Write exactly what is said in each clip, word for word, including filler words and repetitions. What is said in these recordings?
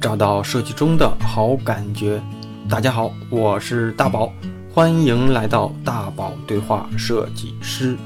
找到设计中的好感觉。大家好，我是大宝，欢迎来到大宝对话设计师。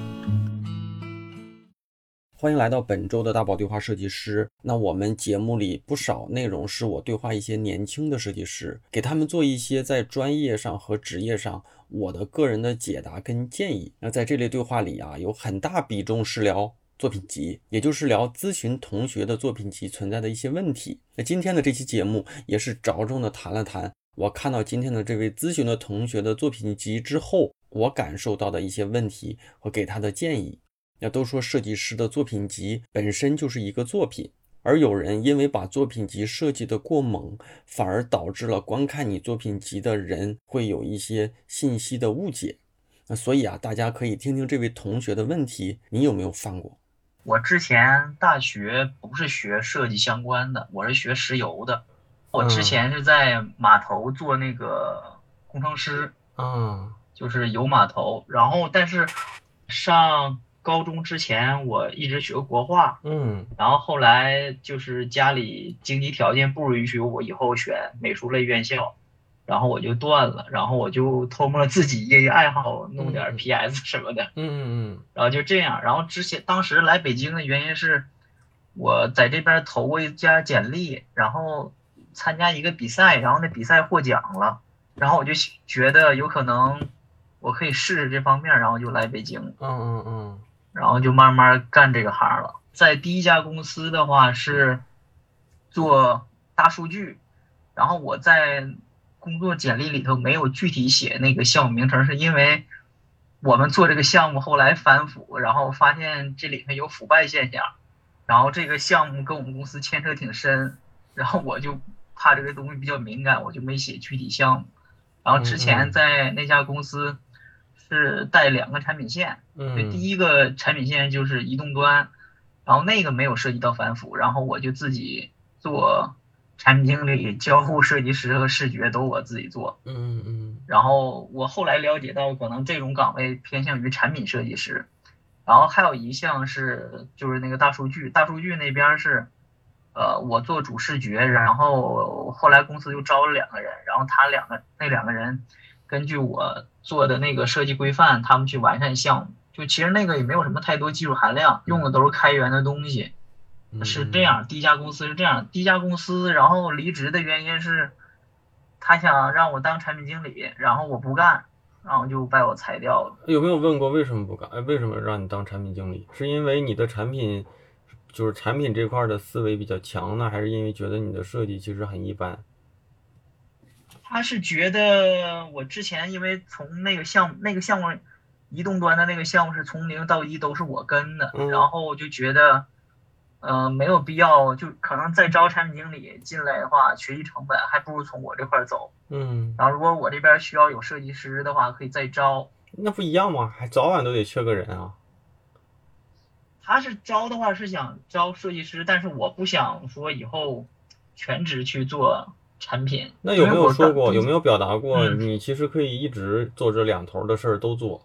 欢迎来到本周的大宝对话设计师。那我们节目里不少内容是我对话一些年轻的设计师，给他们做一些在专业上和职业上我的个人的解答跟建议。那在这类对话里啊，有很大比重是聊作品集，也就是聊咨询同学的作品集存在的一些问题。那今天的这期节目也是着重的谈了谈我看到今天的这位咨询的同学的作品集之后，我感受到的一些问题和给他的建议。那都说设计师的作品集本身就是一个作品，而有人因为把作品集设计的过猛，反而导致了观看你作品集的人会有一些信息的误解。那所以啊，大家可以听听这位同学的问题，你有没有犯过？ 我之前大学不是学设计相关的，我是学石油的。我之前是在码头做那个工程师， 嗯就是油码头。然后，但是上高中之前我一直学国画， 嗯然后后来就是家里经济条件不允许我以后选美术类院校，然后我就断了，然后我就偷摸自己业余爱好弄点 P S 什么的。 嗯嗯嗯然后就这样，然后之前当时来北京的原因是，我在这边投过一家简历，然后参加一个比赛，然后那比赛获奖了，然后我就觉得有可能我可以试试这方面，然后就来北京， 嗯嗯嗯然后就慢慢干这个行了。在第一家公司的话是做大数据，然后我在工作简历里头没有具体写那个项目名称，是因为我们做这个项目后来反腐，然后发现这里面有腐败现象，然后这个项目跟我们公司牵扯挺深，然后我就怕这个东西比较敏感，我就没写具体项目。然后之前在那家公司是带两个产品线，对，第一个产品线就是移动端，然后那个没有涉及到反腐，然后我就自己做产品经理、交互设计师和视觉都我自己做。 嗯嗯然后我后来了解到，可能这种岗位偏向于产品设计师。然后还有一项是就是那个大数据，大数据那边是，呃，我做主视觉，然后后来公司又招了两个人，然后他两个那两个人根据我做的那个设计规范，他们去完善项目。就其实那个也没有什么太多技术含量，用的都是开源的东西。是这样，第一家公司是这样，第一家公司，然后离职的原因是，他想让我当产品经理，然后我不干，然后就把我裁掉了。 有没有问过为什么不干？为什么让你当产品经理？是因为你的产品就是产品这块的思维比较强呢，还是因为觉得你的设计其实很一般？ 他是觉得我之前因为从那个项目那个项目移动端的那个项目是从零到一都是我跟的， 嗯然后我就觉得，呃，没有必要，就可能再招产品经理进来的话，学习成本还不如从我这块走。 嗯， 然后如果我这边需要有设计师的话，可以再招。 那不一样吗？还早晚都得缺个人啊。 他是招的话是想招设计师，但是我不想说以后全职去做产品， 那有没有因为我说过，有第没有表达过， 嗯， 你其实可以一直做这两头的事儿都做？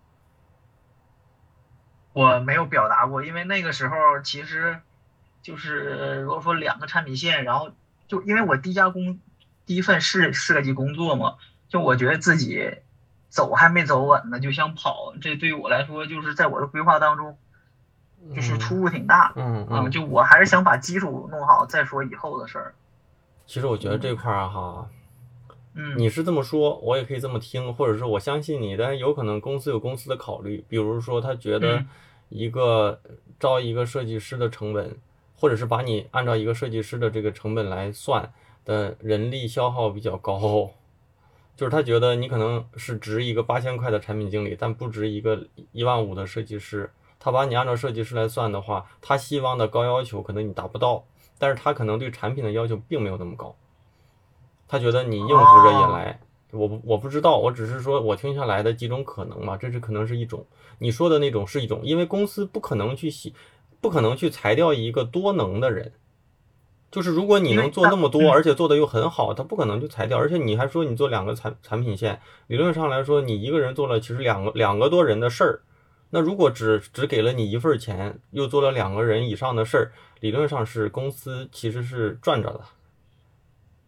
我没有表达过，因为那个时候其实就是如果说两个产品线，然后就因为我第一家工第一份是设计工作嘛，就我觉得自己走还没走稳呢，就想跑，这对于我来说就是在我的规划当中就是出入挺大。嗯， 嗯嗯， 就我还是想把基础弄好，再说以后的事儿。 其实我觉得这块儿哈， 嗯你是这么说，我也可以这么听，或者是我相信你，但是有可能公司有公司的考虑，比如说他觉得嗯一个招一个设计师的成本，或者是把你按照一个设计师的这个成本来算的人力消耗比较高，就是他觉得你可能是值一个八千块的产品经理，但不值一个一万五的设计师。他把你按照设计师来算的话，他希望的高要求可能你达不到，但是他可能对产品的要求并没有那么高。他觉得你应付着也来，我不我不知道，我只是说我听下来的几种可能嘛，这是可能是一种，你说的那种是一种，因为公司不可能去洗，不可能去裁掉一个多能的人，就是如果你能因为他做那么多， 嗯而且做的又很好，他不可能就裁掉，而且你还说你做两个产产品线，理论上来说，你一个人做了其实两个两个多人的事儿，那如果只只给了你一份钱，又做了两个人以上的事儿，理论上是公司其实是赚着的。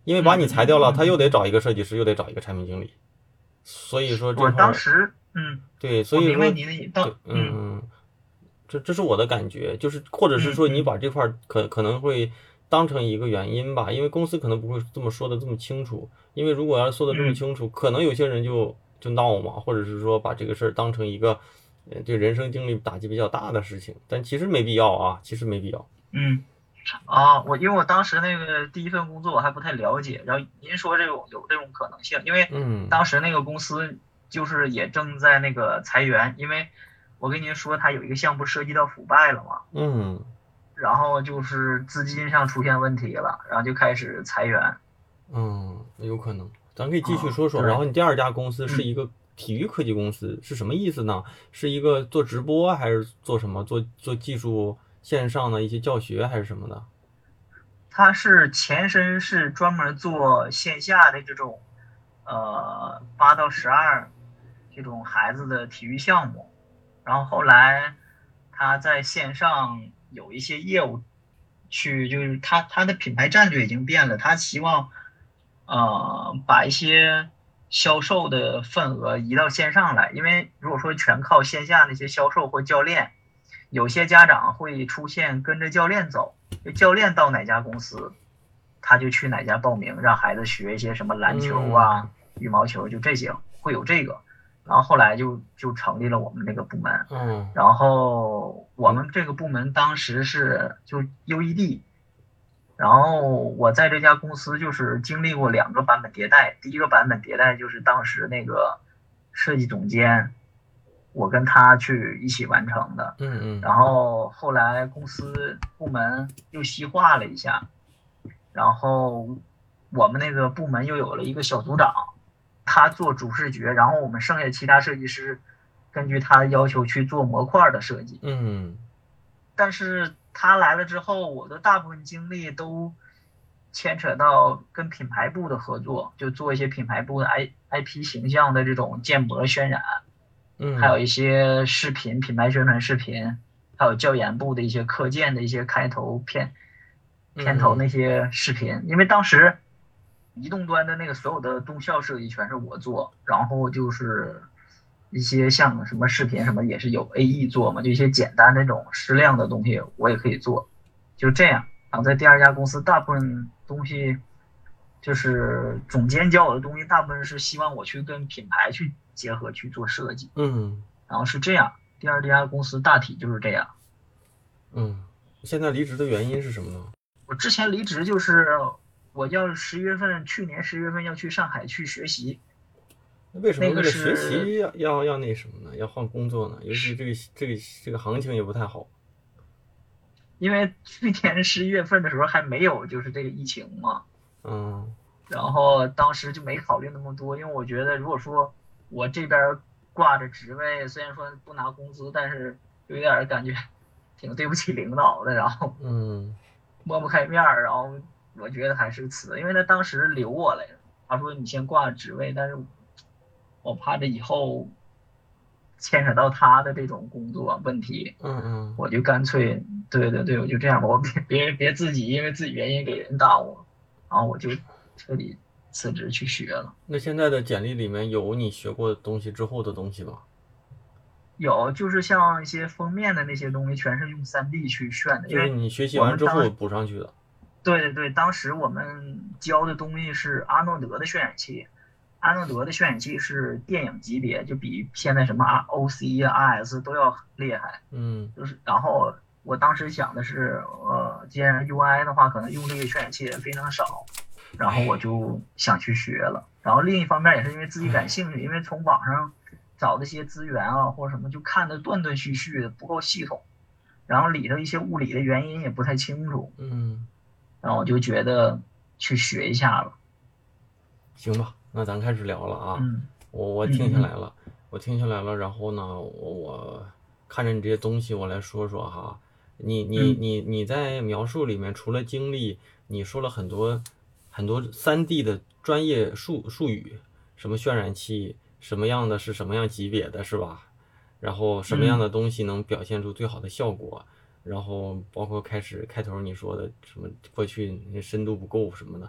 因为把你裁掉了，他又得找一个设计师，又得找一个产品经理，所以说这我块当时，嗯， 对，所我明白以说你的到， 对， 嗯嗯，这这是我的感觉，就是或者是嗯嗯说你把这块可可能会当成一个原因吧，因为公司可能不会这么说的这么清楚，因为如果要是说的这么嗯清楚，可能有些人就就闹嘛，或者是说把这个事儿当成一个呃对人生经历打击比较大的事情，但其实没必要啊，其实没必要。 嗯。啊，我因为我当时那个第一份工作我还不太了解，然后您说这种有这种可能性，因为嗯当时那个公司就是也正在那个裁员，因为我跟您说它有一个项目涉及到腐败了嘛， 嗯然后就是资金上出现问题了，然后就开始裁员。 嗯，有可能，咱可以继续啊， 说说。然对， 后你第二家公司是嗯。 一个体育科技公司，是什么意思呢？是一个做直播还是做什么？做做技术线上的一些教学还是什么的？ 它是前身是专门做线下的这种，呃，八到十二这种孩子的体育项目，然后后来他在线上有一些业务去，就是他他的品牌战略已经变了，他希望呃把一些销售的份额移到线上来，因为如果说全靠线下那些销售或教练，有些家长会出现跟着教练走。就教练到哪家公司，他就去哪家报名，让孩子学一些什么篮球嗯啊、羽毛球，就这些会有这个。然后后来就就成立了我们这个部门， 嗯然后我们这个部门当时是就 U E D，然后我在这家公司就是经历过两个版本迭代，第一个版本迭代就是当时那个设计总监，我跟他去一起完成的。 嗯嗯然后后来公司部门又细化了一下，然后我们那个部门又有了一个小组长，他做主视觉，然后我们剩下其他设计师根据他的要求去做模块的设计。 嗯但是他来了之后，我的大部分精力都牵扯到跟品牌部的合作，就做一些品牌部的 I IP 形象的这种建模渲染，还有嗯一些视频品牌宣传视频，还有教研部的一些课件的一些开头片片头嗯那些视频。因为当时移动端的那个所有的动效设计全是我做，然后就是一些像什么视频什么也是有 A E 做嘛，就一些简单那种矢量的东西我也可以做，就这样。然后在第二家公司，大部分东西就是总监教我的东西，大部分是希望我去跟品牌去结合去做设计， 嗯然后是这样。第二家公司大体就是这样。 嗯，现在离职的原因是什么呢？ 我之前离职就是我要十月份，去年十月份要去上海去学习， 为什么那个为了学是习要要要那什么呢？要换工作呢？尤其这个这个这个行情也不太好。 因为去年十一月份的时候还没有就是这个疫情嘛， 嗯然后当时就没考虑那么多，因为我觉得如果说我这边挂着职位，虽然说不拿工资，但是有点感觉挺对不起领导的，然后嗯抹不开面儿，然后我觉得还是辞，因为他当时留我来着，他说你先挂职位，但是我怕这以后牵扯到他的这种工作问题， 嗯嗯。 我就干脆，对对对，我就这样吧，我别别别自己因为自己原因给人耽误了，然后我就彻底辞职去学了。 那现在的简历里面有你学过的东西之后的东西吗？ 有，就是像一些封面的那些东西，全是用 三 D 去炫的，因为就是你学习我完之后们当， 补上去的。 对对对，当时我们教的东西是阿诺德的渲染器，阿诺德的渲染器是电影级别，就比现在什么 O C 啊、R S 都要厉害。 嗯就是，然后我当时想的是，呃，既然 U I 的话，可能用这个渲染器也非常少，然后我就想去学了。然后另一方面也是因为自己感兴趣，因为从网上找的一些资源啊或者什么，就看的断断续续的，不够系统，然后里头一些物理的原因也不太清楚， 嗯， 然后我就觉得去学一下了。 行吧，那咱开始聊了啊。 嗯我我嗯嗯听下来了，我听下来了。然后呢，我我看着你这些东西，我来说说哈。你你嗯你你在描述里面，除了经历，你说了很多很多三 D 的专业术术语，什么渲染器，什么样的是什么样级别的，是吧？然后什么样嗯的东西能表现出最好的效果？然后包括开始开头你说的什么过去深度不够什么的，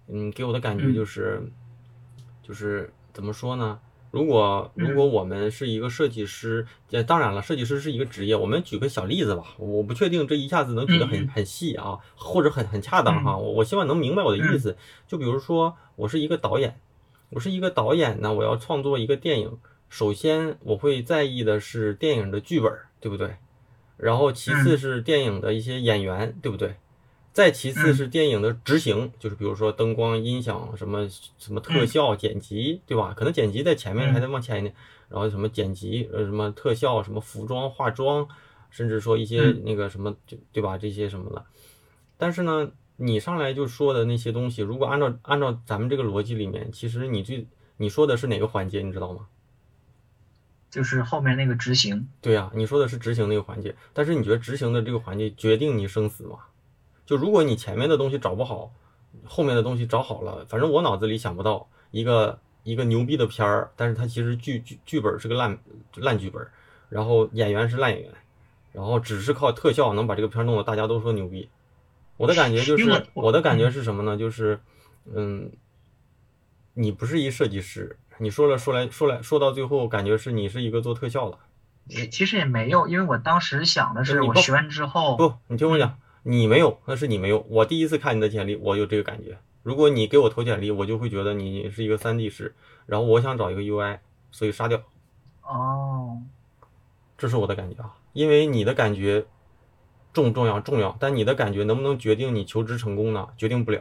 嗯，给我的感觉就是，就是怎么说呢？如果如果我们是一个设计师，呃，当然了，设计师是一个职业。我们举个小例子吧，我不确定这一下子能举得很很细啊，或者很很恰当哈。我我希望能明白我的意思。就比如说，我是一个导演，我是一个导演呢，我要创作一个电影，首先我会在意的是电影的剧本，对不对？然后其次是电影的一些演员，对不对？再其次是电影的执行，就是比如说灯光、音响、什么什么特效、剪辑，对吧？可能剪辑在前面还得往前一点，然后什么剪辑、呃什么特效、什么服装、化妆，甚至说一些那个什么，对吧？这些什么的。但是呢，你上来就说的那些东西，如果按照按照咱们这个逻辑里面，其实你最你说的是哪个环节，你知道吗？ 就是后面那个执行。 对呀，你说的是执行那个环节，但是你觉得执行的这个环节决定你生死吗？就如果你前面的东西找不好，后面的东西找好了，反正我脑子里想不到一个一个牛逼的片儿，但是它其实剧剧剧本是个烂烂剧本，然后演员是烂演员，然后只是靠特效能把这个片弄得大家都说牛逼。我的感觉就是，我的感觉是什么呢？就是，嗯，你不是一设计师，你说了说来说来说到最后，感觉是你是一个做特效的。 其实也没有，因为我当时想的是，我学完之后， 不，你听我讲。你没有，那是你没有。我第一次看你的简历，我有这个感觉。如果你给我投简历，我就会觉得你是一个 三 D 师，然后我想找一个 U I， 所以杀掉。 哦， 这是我的感觉啊，因为你的感觉重不重要？重要，但你的感觉能不能决定你求职成功呢？决定不了。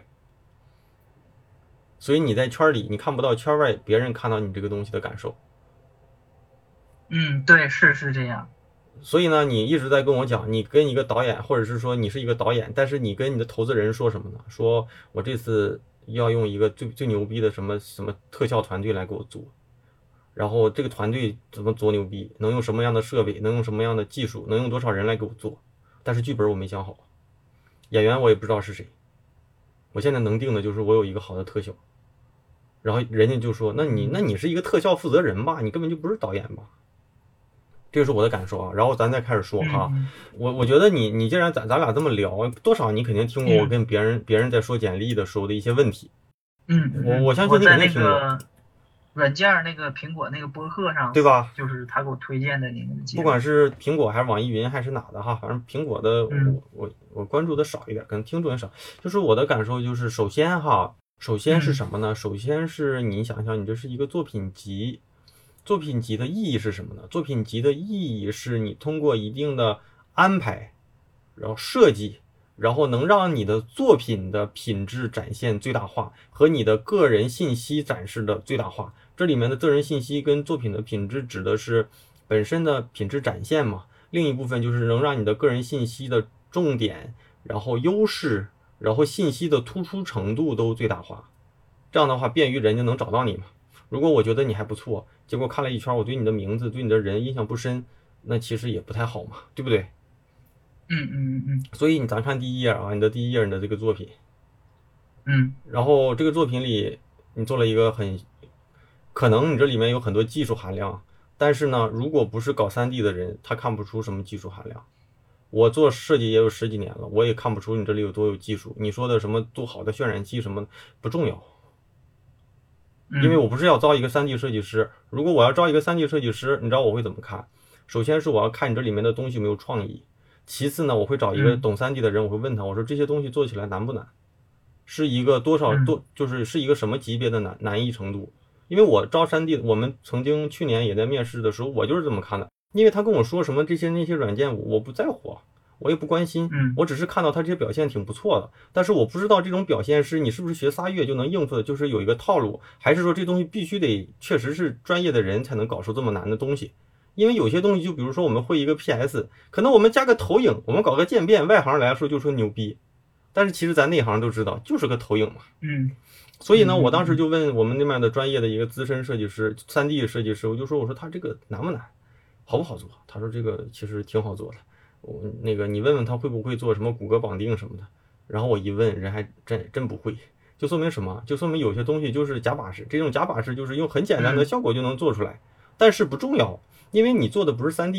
所以你在圈里，你看不到圈外别人看到你这个东西的感受。 嗯，对，是是这样。 所以呢，你一直在跟我讲，你跟一个导演，或者是说你是一个导演，但是你跟你的投资人说什么呢？说我这次要用一个最最牛逼的什么什么特效团队来给我做，然后这个团队怎么多牛逼，能用什么样的设备，能用什么样的技术，能用多少人来给我做，但是剧本我没想好，演员我也不知道是谁，我现在能定的就是我有一个好的特效，然后人家就说，那你那你是一个特效负责人吧，你根本就不是导演吧。这个是我的感受啊，然后咱再开始说哈。我我觉得你你既然咱咱俩这么聊，多少你肯定听过我跟别人别人在说简历的时候的一些问题。 嗯， 我我相信你肯定听过。软件那个苹果那个播客上， 对吧？ 就是他给我推荐的那个。 不管是苹果还是网易云还是哪的哈，反正苹果的我我我关注的少一点，可能听众也少。就是我的感受就是，首先哈，首先是什么呢？首先是你想想，你这是一个作品集。作品集的意义是什么呢？作品集的意义是你通过一定的安排，然后设计，然后能让你的作品的品质展现最大化，和你的个人信息展示的最大化。这里面的个人信息跟作品的品质指的是本身的品质展现嘛，另一部分就是能让你的个人信息的重点，然后优势，然后信息的突出程度都最大化。这样的话，便于人家能找到你嘛。如果我觉得你还不错，结果看了一圈，我对你的名字、对你的人印象不深，那其实也不太好嘛，对不对？ 嗯嗯嗯。 所以你咱看第一页啊，你的第一页你的这个作品， 嗯， 然后这个作品里你做了一个很，可能你这里面有很多技术含量，但是呢，如果不是搞 三 D 的人，他看不出什么技术含量。我做设计也有十几年了，我也看不出你这里有多有技术。你说的什么多好的渲染器什么不重要。因为我不是要招一个 三 D 设计师，如果我要招一个 三 D 设计师，你知道我会怎么看？首先是我要看你这里面的东西有没有创意，其次呢，我会找一个懂 三 D 的人，我会问他，我说这些东西做起来难不难？是一个多少多，就是是一个什么级别的难难易程度？因为我招 三 D， 我们曾经去年也在面试的时候，我就是这么看的，因为他跟我说什么这些那些软件，我不在乎。我也不关心，我只是看到他这些表现挺不错的，但是我不知道这种表现是你是不是学仨月就能应付的，就是有一个套路，还是说这东西必须得确实是专业的人才能搞出这么难的东西。因为有些东西，就比如说我们会一个 P S， 可能我们加个投影，我们搞个渐变，外行来说就说牛逼，但是其实咱内行都知道，就是个投影嘛。 嗯。 所以呢，我当时就问我们那边的专业的一个资深设计师 ，三 D 设计师，我就说我说他这个难不难，好不好做？他说这个其实挺好做的。我那个你问问他会不会做什么谷歌绑定什么的，然后我一问人还真真不会，就说明什么？就说明有些东西就是假把式，这种假把式就是用很简单的效果就能做出来，但是不重要，因为你做的不是 三 D 嘛，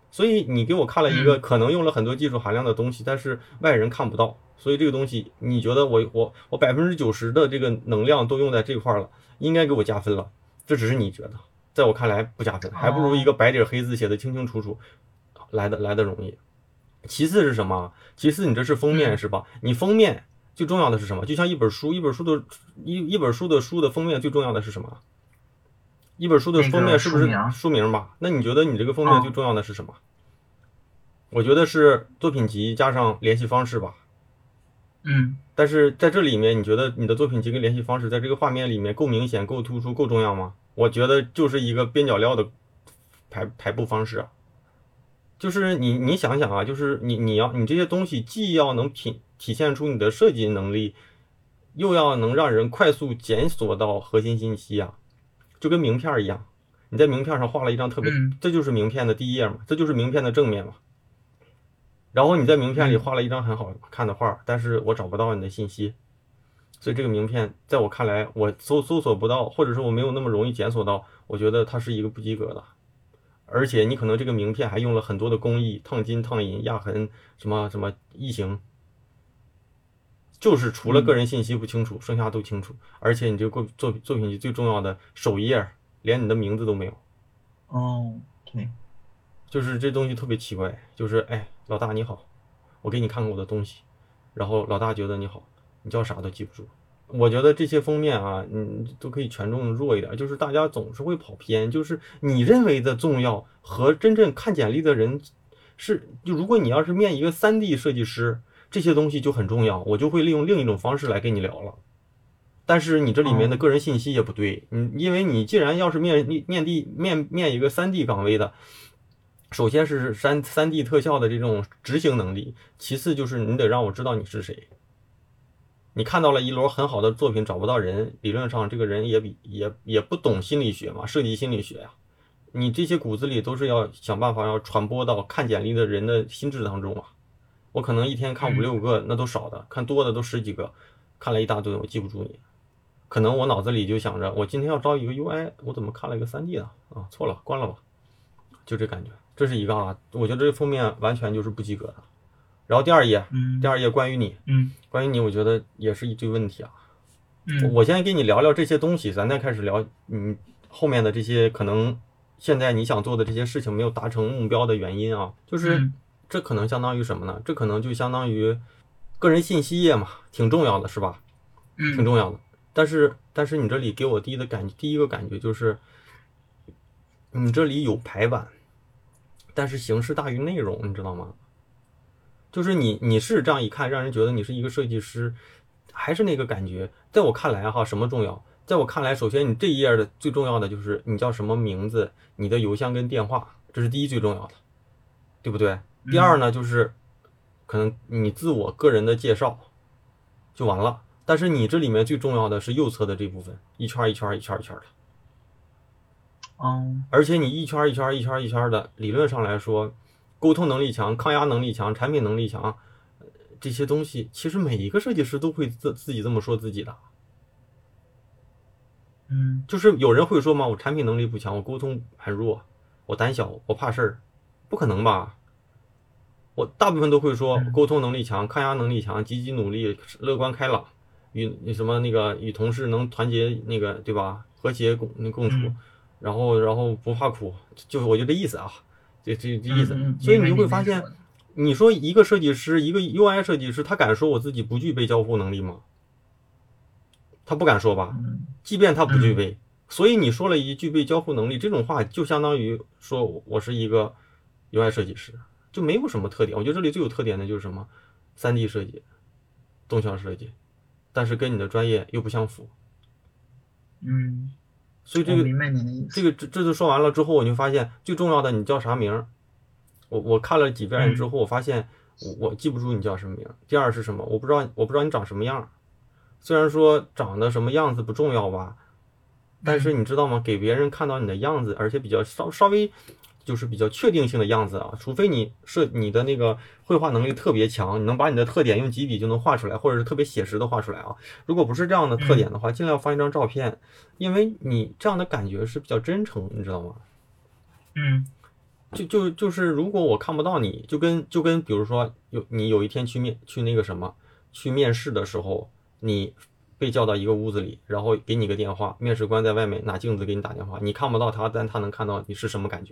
所以你给我看了一个可能用了很多技术含量的东西，但是外人看不到，所以这个东西你觉得我我我百分之九十的这个能量都用在这块了，应该给我加分了，这只是你觉得，在我看来不加分，还不如一个白底黑字写的清清楚楚来的来的容易。其次是什么？其次你这是封面是吧？你封面最重要的是什么？就像一本书，一本书的一一本书的书的封面最重要的是什么？一本书的封面是不是书名吧？那你觉得你这个封面最重要的是什么？我觉得是作品集加上联系方式吧。 嗯， 但是在这里面，你觉得你的作品集跟联系方式在这个画面里面够明显、够突出、够重要吗？我觉得就是一个边角料的排排布方式啊。就是你你想想啊，就是你你要你这些东西既要能体体现出你的设计能力，又要能让人快速检索到核心信息啊，就跟名片一样，你在名片上画了一张特别， 嗯、 这就是名片的第一页嘛，这就是名片的正面嘛。然后你在名片里画了一张很好看的画，但是我找不到你的信息，所以这个名片在我看来，我搜搜索不到，或者是我没有那么容易检索到，我觉得它是一个不及格的。而且你可能这个名片还用了很多的工艺，烫金、烫银、压痕，什么什么异形，就是除了个人信息不清楚，剩下都清楚。而且你这个作作品集最重要的首页，连你的名字都没有。 哦，对， 就是这东西特别奇怪，就是哎，老大你好，我给你看看我的东西，然后老大觉得你好，你叫啥都记不住。我觉得这些封面啊，嗯，都可以权重弱一点，就是大家总是会跑偏，就是你认为的重要和真正看简历的人是，就如果你要是面一个 三 D 设计师，这些东西就很重要，我就会利用另一种方式来跟你聊了。但是你这里面的个人信息也不对，嗯，因为你既然要是面面地面面一个 三 D 岗位的，首先是三 3D 特效的这种执行能力，其次就是你得让我知道你是谁。你看到了一摞很好的作品找不到人，理论上这个人也比也也不懂心理学嘛，设计心理学呀、啊。你这些骨子里都是要想办法要传播到看简历的人的心智当中啊。我可能一天看五六个，那都少的，看多的都十几个，看了一大堆，我记不住你。可能我脑子里就想着，我今天要招一个 U I， 我怎么看了一个 三 D 的啊？错了，关了吧，就这感觉。这是一个啊，我觉得这个封面完全就是不及格的。然后第二页， 嗯， 第二页关于你， 嗯， 关于你，我觉得也是一堆问题啊。 嗯， 我先跟你聊聊这些东西，咱再开始聊嗯后面的这些可能现在你想做的这些事情没有达成目标的原因啊。就是这可能相当于什么呢？这可能就相当于个人信息页嘛，挺重要的是吧？ 嗯， 挺重要的。但是但是你这里给我第一的感第一个感觉就是，你这里有排版，但是形式大于内容，你知道吗？就是你你是这样一看，让人觉得你是一个设计师，还是那个感觉。在我看来哈，什么重要？在我看来，首先你这一页的最重要的就是你叫什么名字，你的邮箱跟电话，这是第一最重要的，对不对？第二呢，就是可能你自我个人的介绍就完了。但是你这里面最重要的是右侧的这部分，一圈一圈一圈一圈的。 哦， 而且你一圈一圈一圈一圈的，理论上来说，沟通能力强、抗压能力强、产品能力强，这些东西其实每一个设计师都会自自己这么说自己的。 嗯， 就是有人会说嘛，我产品能力不强，我沟通很弱，我胆小，我怕事儿，不可能吧？我大部分都会说沟通能力强、抗压能力强、积极努力、乐观开朗，与什么那个与同事能团结那个对吧？和谐共共处。 嗯， 然后，然后不怕苦，就我就这意思啊，这这这意思。 嗯嗯、 所以你就会发现，你说一个设计师，一个 U I 设计师，他敢说我自己不具备交互能力吗？他不敢说吧？即便他不具备， 嗯、 所以你说了一句具备交互能力这种话，就相当于说我是一个 U I 设计师，就没有什么特点。我觉得这里最有特点的就是什么 三 D 设计、动效设计，但是跟你的专业又不相符。 嗯。 所以这个明白你的意思。 这个这这就说完了之后，我就发现最重要的你叫啥名？我我看了几遍之后，我发现我我记不住你叫什么名。第二是什么？我不知道我不知道你长什么样。虽然说长得什么样子不重要吧，但是你知道吗？给别人看到你的样子，而且比较稍稍微就是比较确定性的样子啊，除非你设你的那个绘画能力特别强，你能把你的特点用几笔就能画出来，或者是特别写实的画出来啊。如果不是这样的特点的话，尽量放一张照片，因为你这样的感觉是比较真诚，你知道吗？ 嗯， 就就就是如果我看不到你，就跟就跟比如说有你有一天去面去那个什么去面试的时候，你被叫到一个屋子里，然后给你个电话，面试官在外面拿镜子给你打电话，你看不到他，但他能看到你是什么感觉？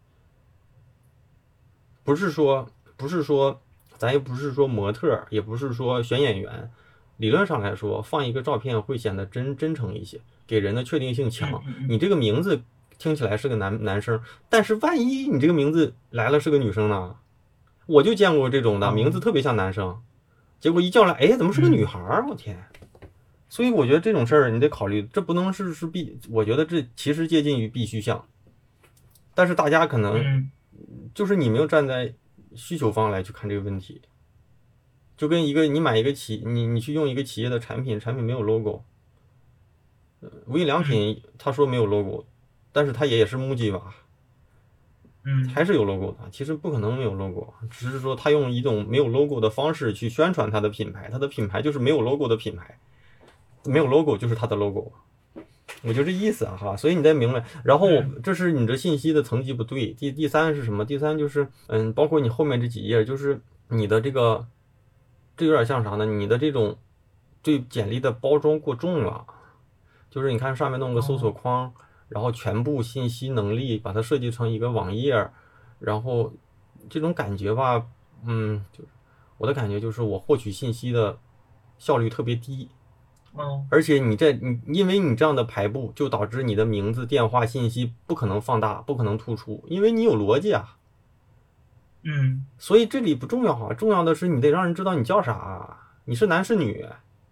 不是说不是说咱也不是说模特，也不是说选演员，理论上来说，放一个照片会显得真真诚一些，给人的确定性强。你这个名字听起来是个男男生，但是万一你这个名字来了是个女生呢？我就见过这种的，名字特别像男生，结果一叫来，哎，怎么是个女孩儿？我天！所以我觉得这种事儿你得考虑，这不能是是必，我觉得这其实接近于必须项，但是大家可能就是你没有站在需求方来去看这个问题，就跟一个你买一个企，你你去用一个企业的产品，产品没有 logo， 无印良品他说没有 logo， 但是他也是木屐吧。 嗯， 还是有 logo 的，其实不可能没有 logo， 只是说他用一种没有 logo 的方式去宣传他的品牌，他的品牌就是没有 logo 的品牌，没有 logo 就是他的 logo， 我就这意思啊哈，所以你得明白。然后这是你这信息的层级不对。第第三是什么？第三就是嗯，包括你后面这几页，就是你的这个，这有点像啥呢？你的这种对简历的包装过重了，就是你看上面弄个搜索框。然后全部信息能力把它设计成一个网页，然后这种感觉吧，嗯，就是我的感觉就是我获取信息的效率特别低， 哦， 而且你这你因为你这样的排布，就导致你的名字、电话信息不可能放大，不可能突出，因为你有逻辑啊， 嗯， 所以这里不重要啊，重要的是你得让人知道你叫啥，你是男是女。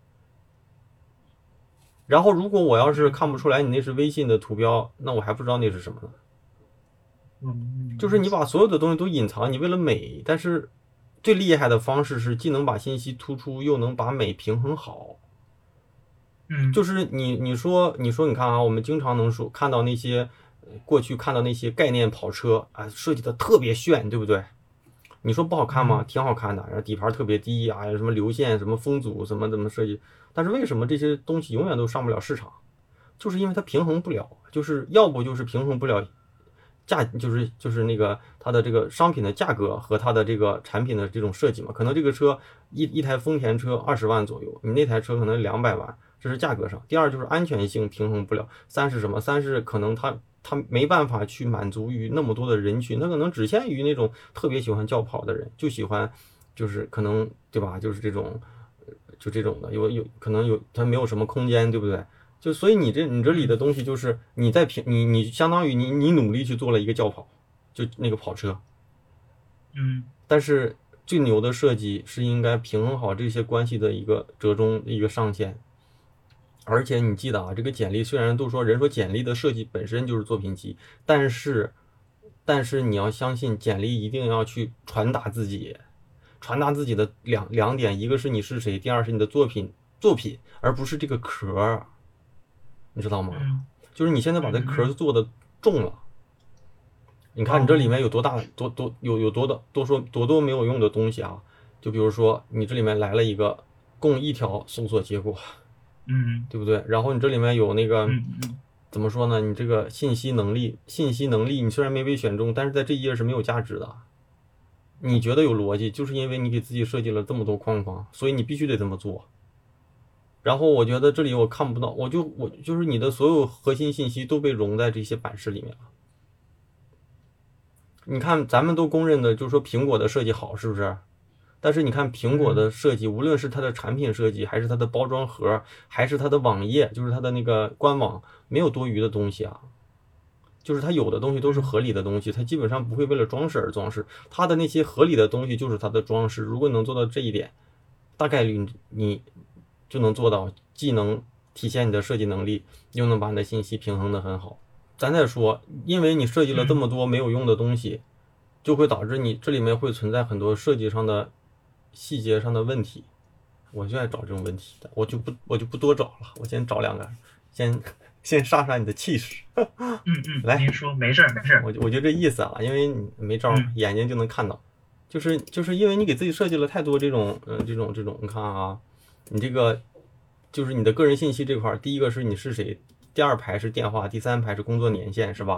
然后，如果我要是看不出来你那是微信的图标，那我还不知道那是什么呢。 嗯， 就是你把所有的东西都隐藏，你为了美，但是最厉害的方式是既能把信息突出，又能把美平衡好。 嗯， 就是你你说你说你看啊，我们经常能说看到那些过去看到那些概念跑车啊，设计的特别炫，对不对？你说不好看吗？挺好看的，然后底盘特别低啊，什么流线、什么风阻、什么怎么设计。但是为什么这些东西永远都上不了市场？就是因为它平衡不了，就是要不就是平衡不了价，就是就是那个它的这个商品的价格和它的这个产品的这种设计嘛。可能这个车一一台丰田车二十万左右，你那台车可能两百万，这是价格上。第二就是安全性平衡不了。三是什么？三是可能它它没办法去满足于那么多的人群，它可能只限于那种特别喜欢轿跑的人，就喜欢就是可能对吧？就是这种。就这种的有有可能有它没有什么空间，对不对？就所以你这你这里的东西就是你在平你你相当于你你努力去做了一个轿跑，就那个跑车， 嗯， 但是最牛的设计是应该平衡好这些关系的一个折中一个上限。而且你记得啊，这个简历虽然都说人说简历的设计本身就是作品集，但是但是你要相信简历一定要去传达自己。传达自己的两两点，一个是你是谁，第二是你的作品作品，而不是这个壳，你知道吗？ 嗯， 就是你现在把这壳做的重了，你看你这里面有多大多多有有多的多说多多没有用的东西啊，就比如说你这里面来了一个共一条搜索结果， 嗯， 对不对？然后你这里面有那个。 嗯嗯怎么说呢？你这个信息能力，信息能力，你虽然没被选中，但是在这一页是没有价值的。你觉得有逻辑，就是因为你给自己设计了这么多框框，所以你必须得这么做。然后我觉得这里我看不到，我就我就是你的所有核心信息都被融在这些版式里面了。你看，咱们都公认的，就是说苹果的设计好，是不是？但是你看苹果的设计，无论是它的产品设计，还是它的包装盒，还是它的网页，就是它的那个官网，没有多余的东西啊。就是它有的东西都是合理的东西，它基本上不会为了装饰而装饰，它的那些合理的东西就是它的装饰。如果能做到这一点，大概率你就能做到，既能体现你的设计能力，又能把你的信息平衡得很好。咱再说，因为你设计了这么多没有用的东西，就会导致你这里面会存在很多设计上的细节上的问题。我就爱找这种问题的，我就不我就不多找了，我先找两个，先。先杀杀你的气势。 嗯嗯， 来， 您说，没事儿没事儿。 我我就这意思啊，因为你没招， 嗯、 眼睛就能看到，就是就是因为你给自己设计了太多这种呃这种这种，你看啊，你这个就是你的个人信息这块，第一个是你是谁，第二排是电话，第三排是工作年限，是吧？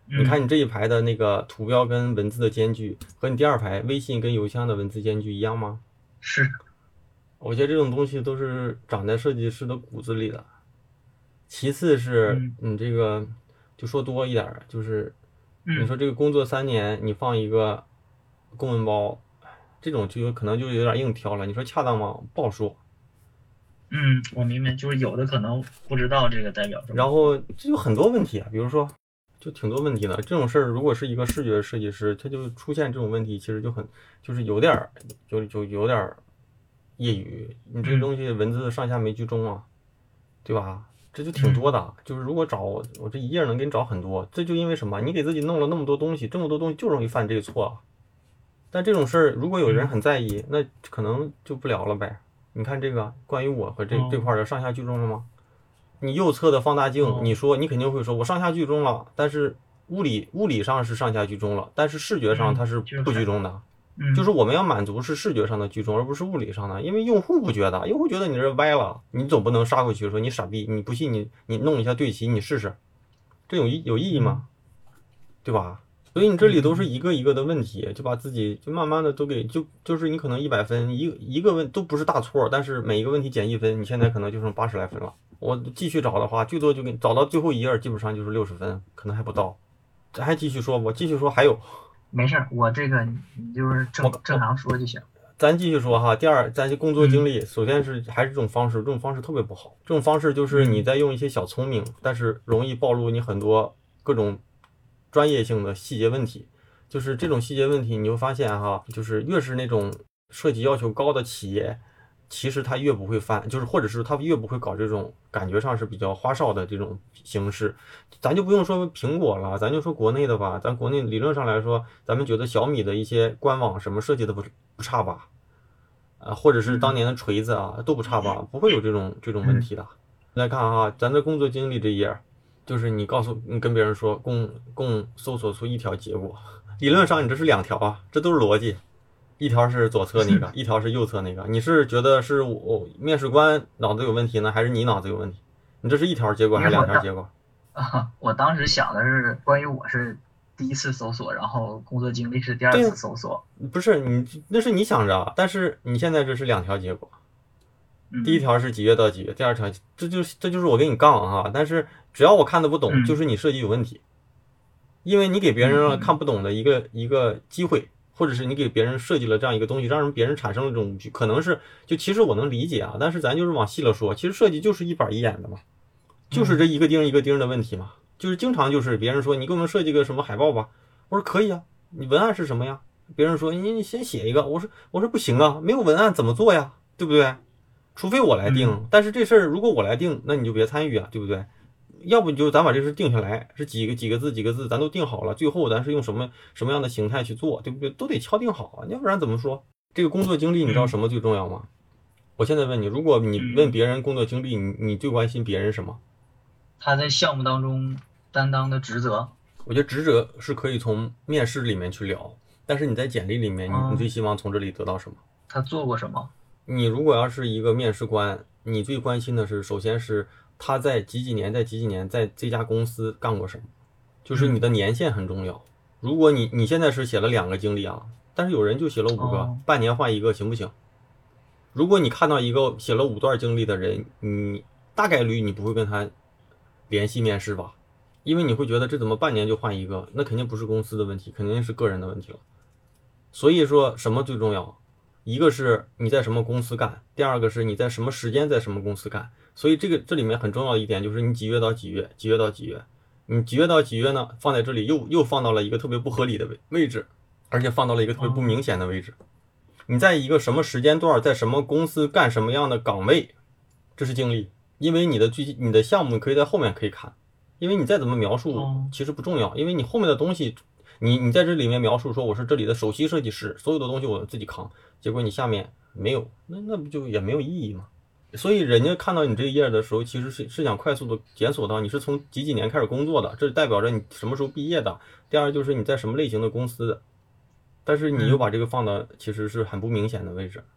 你看你这一排的那个图标跟文字的间距，和你第二排微信跟邮箱的文字间距一样吗？ 是。 我觉得这种东西都是长在设计师的骨子里的。其次是你这个，就说多一点，就是你说这个工作三年，你放一个公文包，这种就有可能就有点硬挑了。你说恰当吗？不好说。 嗯，我明白，就是有的可能不知道这个代表什么。 然后这有很多问题啊，比如说，就挺多问题的。这种事儿，如果是一个视觉设计师，他就出现这种问题，其实就很，就是有点儿，就就有点儿业余。你这个东西文字上下没居中啊，对吧？这就挺多的。 嗯、 就是如果找我，我这一页能给你找很多。这就因为什么？你给自己弄了那么多东西，这么多东西就容易犯这个错啊。但这种事儿，如果有人很在意，那可能就不聊了呗。你看这个关于我和这这块的上下居中了吗？你右侧的放大镜，你说你肯定会说我上下居中了，但是物理物理上是上下居中了，但是视觉上它是不居中的。就是我们要满足是视觉上的居中，而不是物理上的，因为用户不觉得，用户觉得你这歪了，你总不能杀回去说你傻逼，你不信你你弄一下对齐，你试试，这有意有意义吗？对吧？所以你这里都是一个一个的问题，就把自己就慢慢的都给就就是你可能一百分一一个问都不是大错，但是每一个问题减一分，你现在可能就剩八十来分了。我继续找的话，最多就给找到最后一页，基本上就是六十分，可能还不到。咱还继续说，我继续说还有。 没事，我这个你就是正正常说就行。 咱继续说哈，第二，咱工作经历，嗯、首先是还是这种方式，这种方式特别不好。这种方式就是你在用一些小聪明，嗯、但是容易暴露你很多各种专业性的细节问题。就是这种细节问题，你会发现哈，就是越是那种设计要求高的企业，其实他越不会犯，就是或者是他越不会搞这种感觉上是比较花哨的这种形式。咱就不用说苹果了，咱就说国内的吧。咱国内理论上来说，咱们觉得小米的一些官网什么设计的不不差吧？啊，或者是当年的锤子啊，都不差吧？不会有这种这种问题的。来看哈，咱的工作经历这一页，就是你告诉你跟别人说，共共搜索出一条结果。理论上你这是两条啊，这都是逻辑，一条是左侧那个，一条是右侧那个。你是觉得是我面试官脑子有问题呢，还是你脑子有问题？你这是一条结果还是两条结果？ 啊，我当时想的是关于我是第一次搜索，然后工作经历是第二次搜索。 不是你那是你想着，但是你现在这是两条结果。第一条是几月到几月，第二条这就是这就是我跟你杠哈，但是只要我看的不懂，就是你设计有问题。因为你给别人看不懂的一个一个机会，或者是你给别人设计了这样一个东西，让人别人产生了这种可能是就其实我能理解啊，但是咱就是往细了说，其实设计就是一板一眼的嘛，就是这一个钉一个钉的问题嘛，就是经常就是别人说你给我们设计个什么海报吧，我说可以啊，你文案是什么呀？别人说你你先写一个，我说我说不行啊，没有文案怎么做呀，对不对？除非我来定，但是这事儿如果我来定，那你就别参与啊，对不对？要不你就咱把这事定下来，是几个几个字几个字，咱都定好了，最后咱是用什么什么样的形态去做，对不对？都得敲定好啊，要不然怎么说？这个工作经历你知道什么最重要吗？我现在问你，如果你问别人工作经历，你你最关心别人什么？ 他在项目当中担当的职责。 我觉得职责是可以从面试里面去聊，但是你在简历里面，你你最希望从这里得到什么？ 他做过什么？ 你如果要是一个面试官，你最关心的是，首先是他在几几年，在几几年，在这家公司干过什么，就是你的年限很重要。如果你你现在是写了两个经历啊，但是有人就写了五个， 哦、 半年换一个行不行？如果你看到一个写了五段经历的人，你大概率你不会跟他联系面试吧，因为你会觉得这怎么半年就换一个，那肯定不是公司的问题，肯定是个人的问题了。所以说什么最重要？一个是你在什么公司干，第二个是你在什么时间在什么公司干。所以这个这里面很重要的一点就是你几月到几月，几月到几月，你几月到几月呢？放在这里又又放到了一个特别不合理的位位置，而且放到了一个特别不明显的位置。你在一个什么时间段，在什么公司干什么样的岗位，这是经历。因为你的具体你的项目可以在后面可以看，因为你再怎么描述其实不重要，因为你后面的东西，你你在这里面描述说我是这里的首席设计师，所有的东西我自己扛，结果你下面没有，那那不就也没有意义吗？所以人家看到你这一页的时候，其实是是想快速的检索到你是从几几年开始工作的，这代表着你什么时候毕业的。第二就是你在什么类型的公司，但是你又把这个放到其实是很不明显的位置。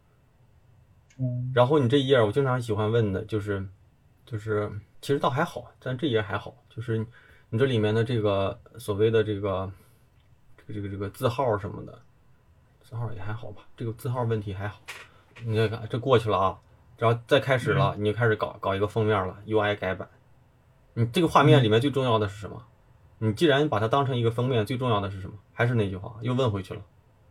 然后你这一页我经常喜欢问的就是，就是其实倒还好，但这一页还好，就是你这里面的这个所谓的这个这个这个这个字号什么的，字号也还好吧，这个字号问题还好。你看这过去了啊，然后再开始了，你就开始搞搞一个封面了 ，U I 改版。你这个画面里面最重要的是什么？你既然把它当成一个封面，最重要的是什么？还是那句话，又问回去了。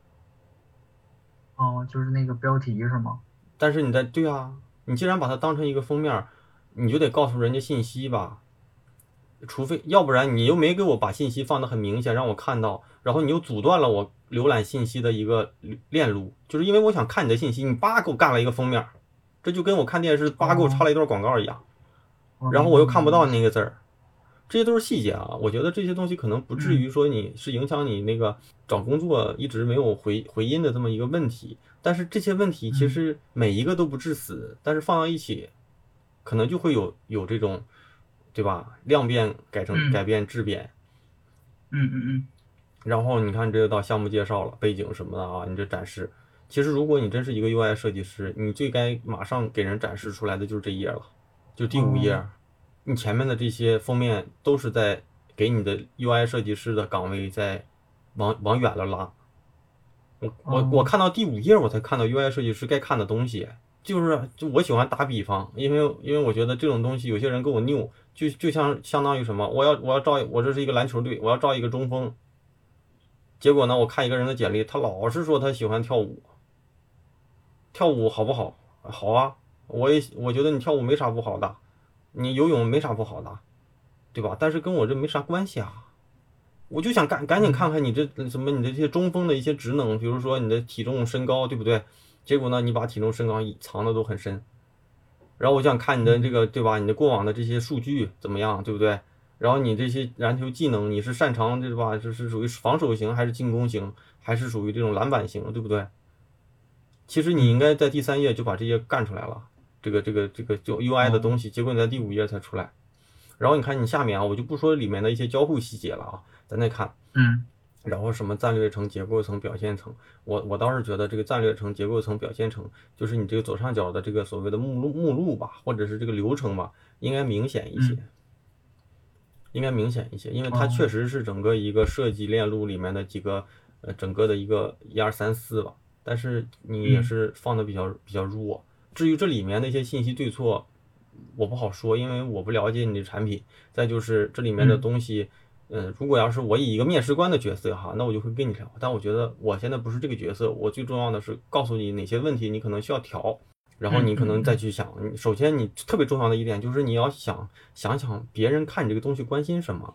哦，就是那个标题是吗？ 但是你在对啊，你既然把它当成一个封面，你就得告诉人家信息吧。除非要不然你又没给我把信息放得很明显让我看到，然后你又阻断了我浏览信息的一个链路，就是因为我想看你的信息，你叭给我干了一个封面，这就跟我看电视叭给我插了一段广告一样，然后我又看不到那个字儿。这些都是细节啊，我觉得这些东西可能不至于说你是影响你那个找工作一直没有回回音的这么一个问题，但是这些问题其实每一个都不致死，但是放到一起，可能就会有有这种，对吧？量变改成改变质变， 嗯嗯嗯。 然后你看这个到项目介绍了，背景什么的啊，你这展示，其实如果你真是一个 U I 设计师，你最该马上给人展示出来的就是这一页了，就第五页。哦，你前面的这些封面都是在给你的 U I 设计师的岗位在往往远了拉。我我我看到第五页我才看到 U I 设计师该看的东西，就是就我喜欢打比方，因为因为我觉得这种东西有些人跟我拗，就就像相当于什么，我要我要招我这是一个篮球队，我要招一个中锋，结果呢我看一个人的简历，他老是说他喜欢跳舞，跳舞好不好？好啊，我也我觉得你跳舞没啥不好的。你游泳没啥不好的，对吧？但是跟我这没啥关系啊。我就想赶赶紧看看你这什么，你的这些中锋的一些职能，比如说你的体重、身高，对不对？结果呢，你把体重、身高藏的都很深。然后我想看你的这个，对吧？你的过往的这些数据怎么样，对不对？然后你这些篮球技能，你是擅长对吧？就是属于防守型还是进攻型，还是属于这种篮板型，对不对？其实你应该在第三页就把这些干出来了。这个这个这个就 U I 的东西，结果你在第五页才出来。然后你看你下面啊，我就不说里面的一些交互细节了啊，咱再看， 嗯， 然后什么战略层、结构层、表现层，我我倒是觉得这个战略层、结构层、表现层，就是你这个左上角的这个所谓的目录目录吧，或者是这个流程吧，应该明显一些， 嗯、 应该明显一些，因为它确实是整个一个设计链路里面的几个呃整个的一个一二三四吧，但是你也是放的比较比较弱。至于这里面那些信息对错，我不好说，因为我不了解你的产品。再就是这里面的东西，嗯、呃，如果要是我以一个面试官的角色哈，那我就会跟你聊。但我觉得我现在不是这个角色，我最重要的是告诉你哪些问题你可能需要调，然后你可能再去想。首先，你特别重要的一点就是你要想想想别人看你这个东西关心什么。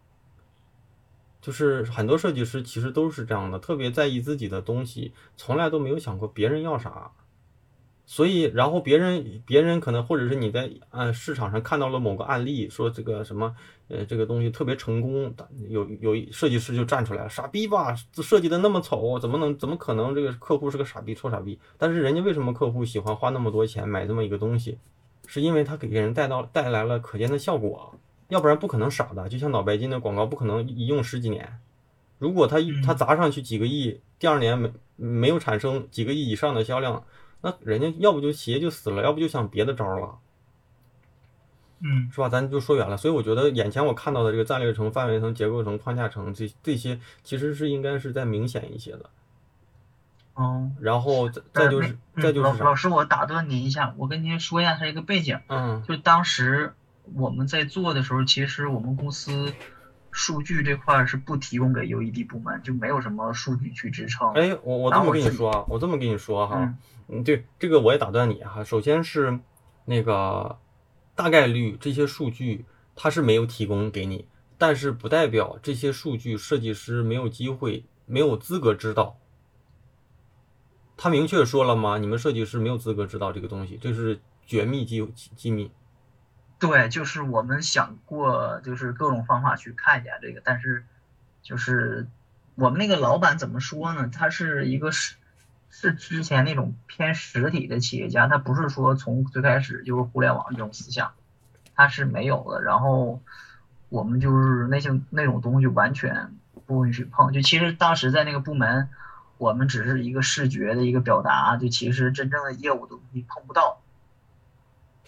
就是很多设计师其实都是这样的，特别在意自己的东西，从来都没有想过别人要啥。所以，然后别人别人可能或者是你在呃市场上看到了某个案例，说这个什么呃这个东西特别成功，有有设计师就站出来了，傻逼吧，设计的那么丑，怎么能怎么可能这个客户是个傻逼，臭傻逼？但是人家为什么客户喜欢花那么多钱买这么一个东西，是因为他给人带到带来了可见的效果，要不然不可能傻的。就像脑白金的广告不可能一用十几年，如果他他砸上去几个亿，第二年没没有产生几个亿以上的销量。那人家要不就企业就死了，要不就想别的招了， 嗯， 是吧？咱就说远了。所以我觉得眼前我看到的这个战略层、范围层、结构层、框架层，这这些其实是应该是再明显一些的。 哦， 然后再再就是、 嗯、 再就是啥？ 老师，我打断您一下，我跟您说一下它这个背景。 嗯， 就当时我们在做的时候，其实我们公司数据这块是不提供给 U E D 部门，就没有什么数据去支撑。 哎，我我这么跟你说，我这么跟你说哈。 嗯嗯，对，这个我也打断你哈。首先是那个大概率这些数据它是没有提供给你，但是不代表这些数据设计师没有机会、没有资格知道。他明确说了吗？你们设计师没有资格知道这个东西，这是绝密机机密。 对，就是我们想过，就是各种方法去看一下这个，但是就是我们那个老板怎么说呢？他是一个是。是之前那种偏实体的企业家，他不是说从最开始就是互联网这种思想，他是没有的。然后我们就是那些那种东西完全不允许碰。就其实当时在那个部门，我们只是一个视觉的一个表达，就其实真正的业务东西碰不到。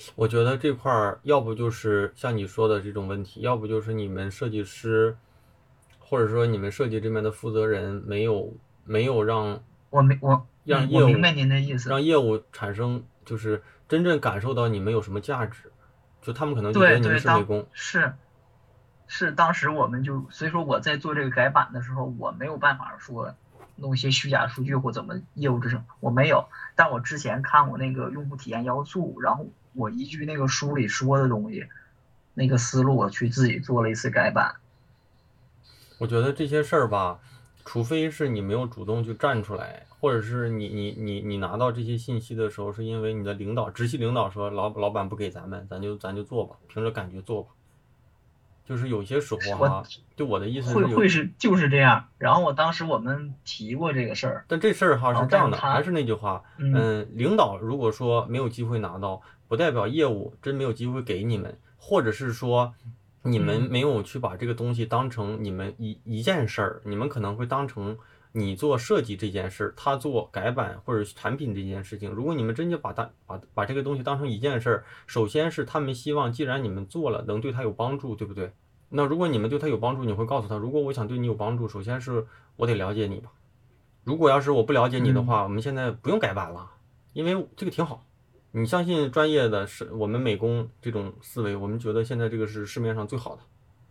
我觉得这块儿要不就是像你说的这种问题，要不就是你们设计师或者说你们设计这边的负责人没有没有让我没我嗯， 让业务我明白您的意思。 让业务产生就是真正感受到你们有什么价值，就他们可能就觉得你们对对，当是美工。 是是当时我们就，所以说我在做这个改版的时候，我没有办法说弄一些虚假数据或怎么业务支撑，我没有。但我之前看过那个用户体验要素，然后我依据那个书里说的东西，那个思路，我去自己做了一次改版。 我觉得这些事儿吧，除非是你没有主动去站出来，或者是你你你你拿到这些信息的时候，是因为你的领导、直系领导说老老板不给咱们，咱就咱就做吧，凭着感觉做吧。就是有些时候哈，就我的意思是有， 会会是就是这样。然后我当时我们提过这个事儿， 但这事儿哈是这样的， 但是他还是那句话， 嗯嗯，领导如果说没有机会拿到，不代表业务真没有机会给你们，或者是说你们嗯没有去把这个东西当成你们一一件事儿，你们可能会当成你做设计这件事儿，他做改版或者产品这件事情。如果你们真就把它把把这个东西当成一件事儿，首先是他们希望，既然你们做了，能对他有帮助，对不对？那如果你们对他有帮助，你会告诉他，如果我想对你有帮助，首先是我得了解你吧。如果要是我不了解你的话，我们现在不用改版了，因为这个挺好。你相信专业的是我们美工这种思维，我们觉得现在这个是市面上最好的。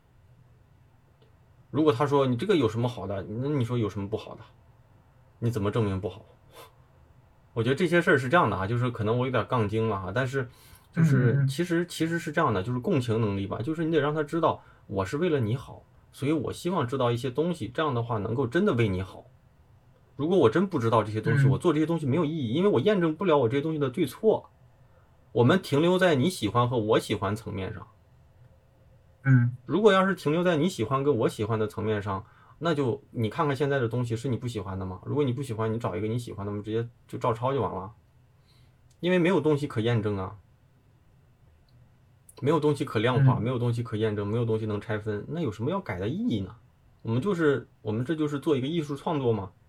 如果他说你这个有什么好的，那你说有什么不好的？你怎么证明不好？我觉得这些事儿是这样的啊，就是可能我有点杠精了哈，但是就是其实其实是这样的，就是共情能力吧，就是你得让他知道我是为了你好，所以我希望知道一些东西，这样的话能够真的为你好。如果我真不知道这些东西，我做这些东西没有意义，因为我验证不了我这些东西的对错。我们停留在你喜欢和我喜欢层面上。 嗯， 如果要是停留在你喜欢跟我喜欢的层面上，那就你看看现在的东西是你不喜欢的吗？如果你不喜欢，你找一个你喜欢的，我们直接就照抄就完了。因为没有东西可验证啊，没有东西可量化，没有东西可验证，没有东西能拆分，那有什么要改的意义呢？我们就是我们这就是做一个艺术创作嘛。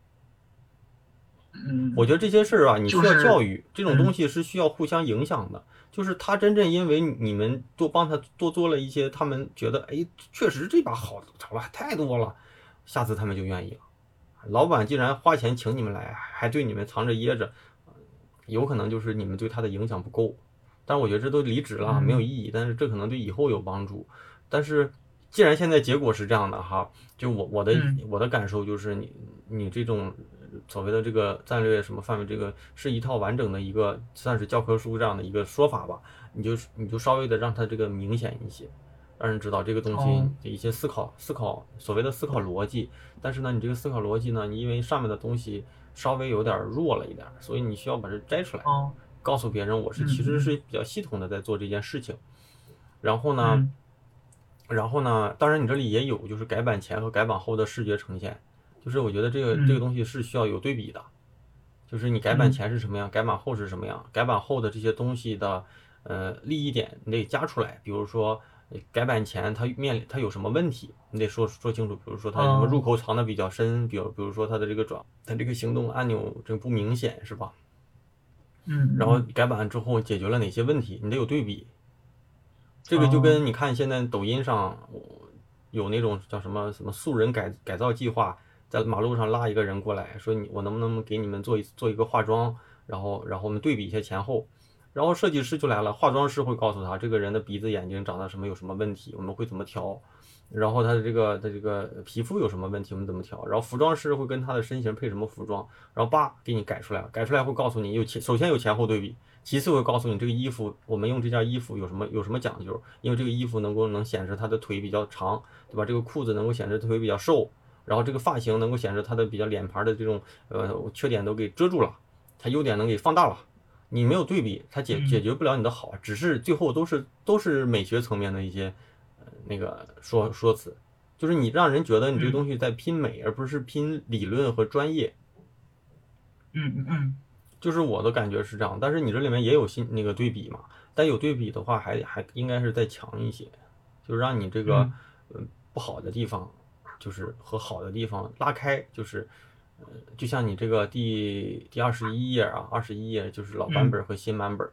嗯， 我觉得这些事儿啊，你需要教育， 就是、 这种东西是需要互相影响的。嗯、就是他真正因为你们多帮他多做了一些，他们觉得哎，确实这把好的好吧太多了，下次他们就愿意了。老板既然花钱请你们来，还对你们藏着掖着，有可能就是你们对他的影响不够。但是我觉得这都离职了，没有意义。但是这可能对以后有帮助。但是既然现在结果是这样的哈，就我我的、 嗯、 我的感受就是你你这种。所谓的这个战略什么范围，这个是一套完整的一个算是教科书这样的一个说法吧，你就你就稍微的让它这个明显一些，让人知道这个东西的一些思考、哦、思考所谓的思考逻辑。但是呢，你这个思考逻辑呢，你因为上面的东西稍微有点弱了一点，所以你需要把这摘出来， 哦、 告诉别人我是其实是比较系统的在做这件事情。然后呢， 嗯、 然后呢，当然你这里也有就是改版前和改版后的视觉呈现。就是我觉得这个这个东西是需要有对比的，就是你改版前是什么样，改版后是什么样，改版后的这些东西的呃利益点你得加出来。比如说改版前它面临它有什么问题，你得说说清楚。比如说它什么入口藏的比较深，比如比如说它的这个转它这个行动按钮这不明显是吧？ 嗯， 然后改版之后解决了哪些问题，你得有对比。这个就跟你看现在抖音上有那种叫什么什么素人改改造计划。在马路上拉一个人过来说，你我能不能给你们做一做一个化妆，然后然后我们对比一下前后，然后设计师就来了，化妆师会告诉他这个人的鼻子眼睛长得什么有什么问题，我们会怎么调，然后他的这个他这个皮肤有什么问题我们怎么调，然后服装师会跟他的身形配什么服装，然后叭给你改出来了，改出来会告诉你有前首先有前后对比，其次会告诉你这个衣服我们用这件衣服有什么有什么讲究，因为这个衣服能够能显示他的腿比较长，对吧？这个裤子能够显示腿比较瘦。然后这个发型能够显示他的比较脸盘的这种呃缺点都给遮住了，他优点能给放大了。你没有对比，他解解决不了你的好，只是最后都是都是美学层面的一些呃那个说说辞，就是你让人觉得你这个东西在拼美，而不是拼理论和专业。 嗯嗯嗯， 就是我的感觉是这样，但是你这里面也有新那个对比嘛，但有对比的话还还应该是再强一些，就是让你这个呃不好的地方。就是和好的地方拉开，就是，呃，就像你这个第第二十一页啊，二十一页就是老版本和新版本， 嗯、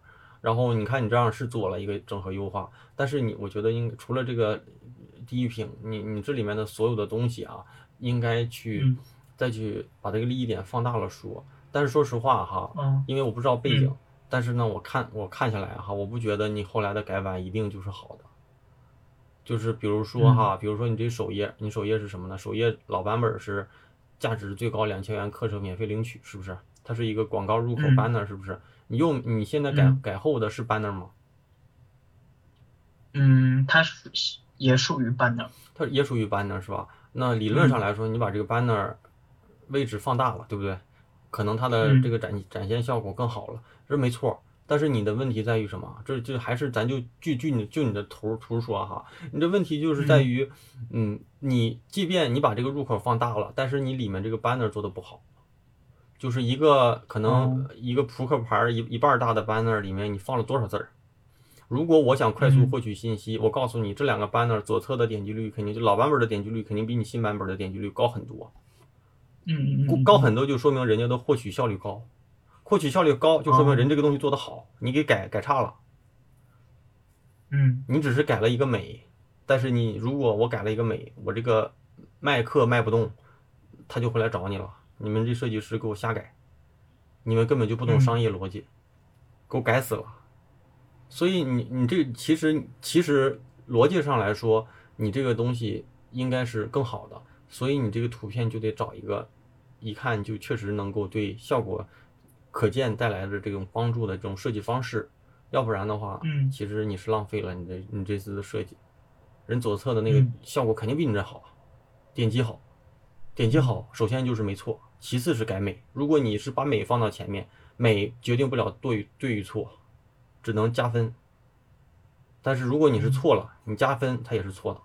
然后你看你这样是做了一个整合优化，但是你我觉得应除了这个第一屏，你你这里面的所有的东西啊，应该去、 嗯、 再去把这个利益点放大了说。但是说实话哈， 哦、 因为我不知道背景， 嗯、 但是呢，我看我看下来哈，我不觉得你后来的改版一定就是好的。就是比如说哈， 嗯、 比如说你这首页，你首页是什么呢？首页老版本是价值最高两千元课程免费领取，是不是？它是一个广告入口 banner，、 嗯、 是不是？你用你现在改、 嗯、 改后的是 banner 吗？ 嗯，它属也属于 banner， 它也属于 banner 是吧？那理论上嗯、 来说，你把这个 banner 位置放大了，对不对？可能它的这嗯、 个展展现效果更好了，这没错。但是你的问题在于什么？这就还是咱就据据你就你的图图说哈，你的问题就是在嗯、 于，嗯，你即便你把这个入口放大了，但是你里面这个 banner 做的不好，就是一个可能哦， 一个扑克牌一一半大的 banner 里面你放了多少字儿？如果我想快速嗯、 获取信息，我告诉你这两个 banner 左侧的点击率肯定就老版本的点击率肯定比你新版本的点击率高很多， 嗯嗯高很多就说明人家的获取效率高。获取效率高，就说明人这个东西做得好，你给改改差了， 嗯你只是改了一个美，但是你如果我改了一个美，我这个卖课卖不动，他就会来找你了。你们这设计师给我瞎改，你们根本就不懂商业逻辑，给我改死了。所以你你这其实其实逻辑上来说，你这个东西应该是更好的，所以你这个图片就得找一个一看就确实能够对效果可见带来的这种帮助的这种设计方式，要不然的话， 嗯其实你是浪费了你的你这次的设计。人左侧的那个嗯效果肯定比你这好，点击好，点击好，首先就是没错，其次是改美。如果你是把美放到前面，美决定不了对与对与错，只能加分。但是如果你是错了，你加分它也是错的。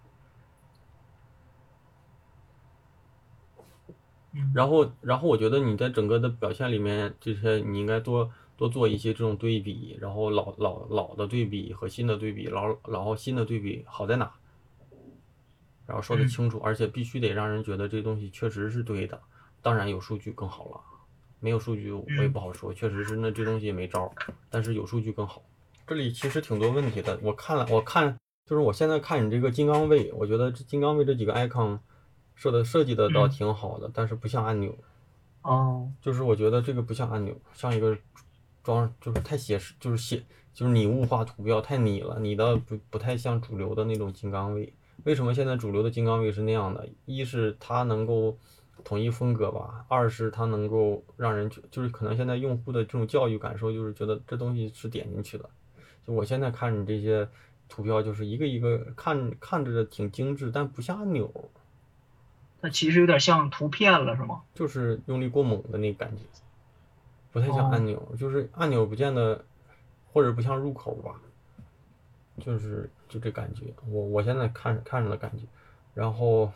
然后，然后我觉得你在整个的表现里面，这些你应该多多做一些这种对比，然后老老老的对比和新的对比，老然后新的对比好在哪，然后说得清楚，而且必须得让人觉得这东西确实是对的。当然有数据更好了，没有数据我也不好说，确实是那这东西也没招，但是有数据更好。这里其实挺多问题的，我看了，我看就是我现在看你这个金刚位，我觉得这金刚位这几个 icon。设的设计的倒挺好的，但是不像按钮。 哦， 就是我觉得这个不像按钮，像一个装，就是太写实，就是写就是拟物化图标太拟了，拟的不不太像主流的那种金刚位。为什么现在主流的金刚位是那样的？一是它能够统一风格吧，二是它能够让人就是可能现在用户的这种教育感受就是觉得这东西是点进去的。就我现在看你这些图标，就是一个一个看看着挺精致，但不像按钮。 它其实有点像图片了，是吗？ 就是用力过猛的那感觉，不太像按钮，哦、就是按钮不见得，或者不像入口吧，就是就这感觉，我我现在看看着的感觉，然后，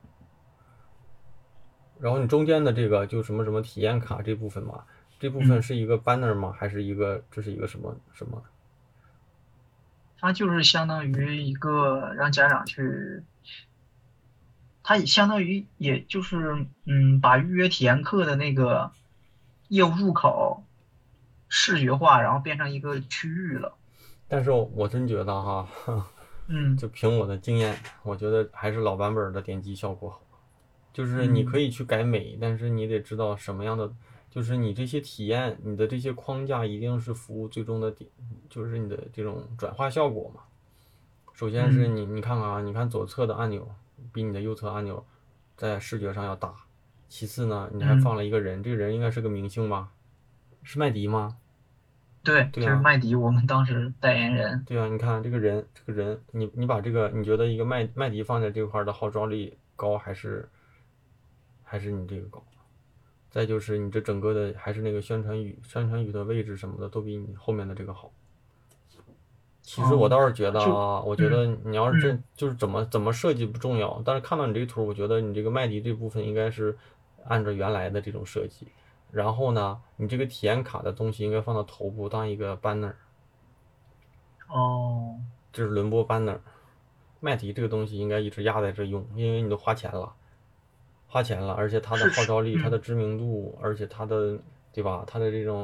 然后你中间的这个就什么什么体验卡这部分嘛，这部分是一个 banner 吗？还是一个这是一个什么什么？ 它就是相当于一个让家长去。它也相当于，也就是，嗯，把预约体验课的那个业务入口视觉化，然后变成一个区域了。 但是我真觉得哈， 嗯， 就凭我的经验，我觉得还是老版本的点击效果好。就是你可以去改美，但是你得知道什么样的，就是你这些体验，你的这些框架一定是服务最终的点，就是你的这种转化效果嘛。首先是你，你看看啊，你看左侧的按钮。比你的右侧按钮在视觉上要大。其次呢，你还放了一个人，嗯、这个人应该是个明星吧？是麦迪吗？ 对， 对啊， 就是麦迪，我们当时代言人。 对啊，你看这个人，这个人，你你把这个，你觉得一个麦麦迪放在这块的号召力高，还是还是你这个高？再就是你这整个的，还是那个宣传语、宣传语的位置什么的，都比你后面的这个好。其实我倒是觉得啊，我觉得你要是这就是怎么怎么设计不重要，但是看到你这个图，我觉得你这个麦迪这部分应该是按照原来的这种设计，然后呢，你这个体验卡的东西应该放到头部当一个 banner。 哦， 这是轮播 banner。麦迪这个东西应该一直压在这用，因为你都花钱了，花钱了，而且它的号召力、它的知名度，而且它的对吧，它的这种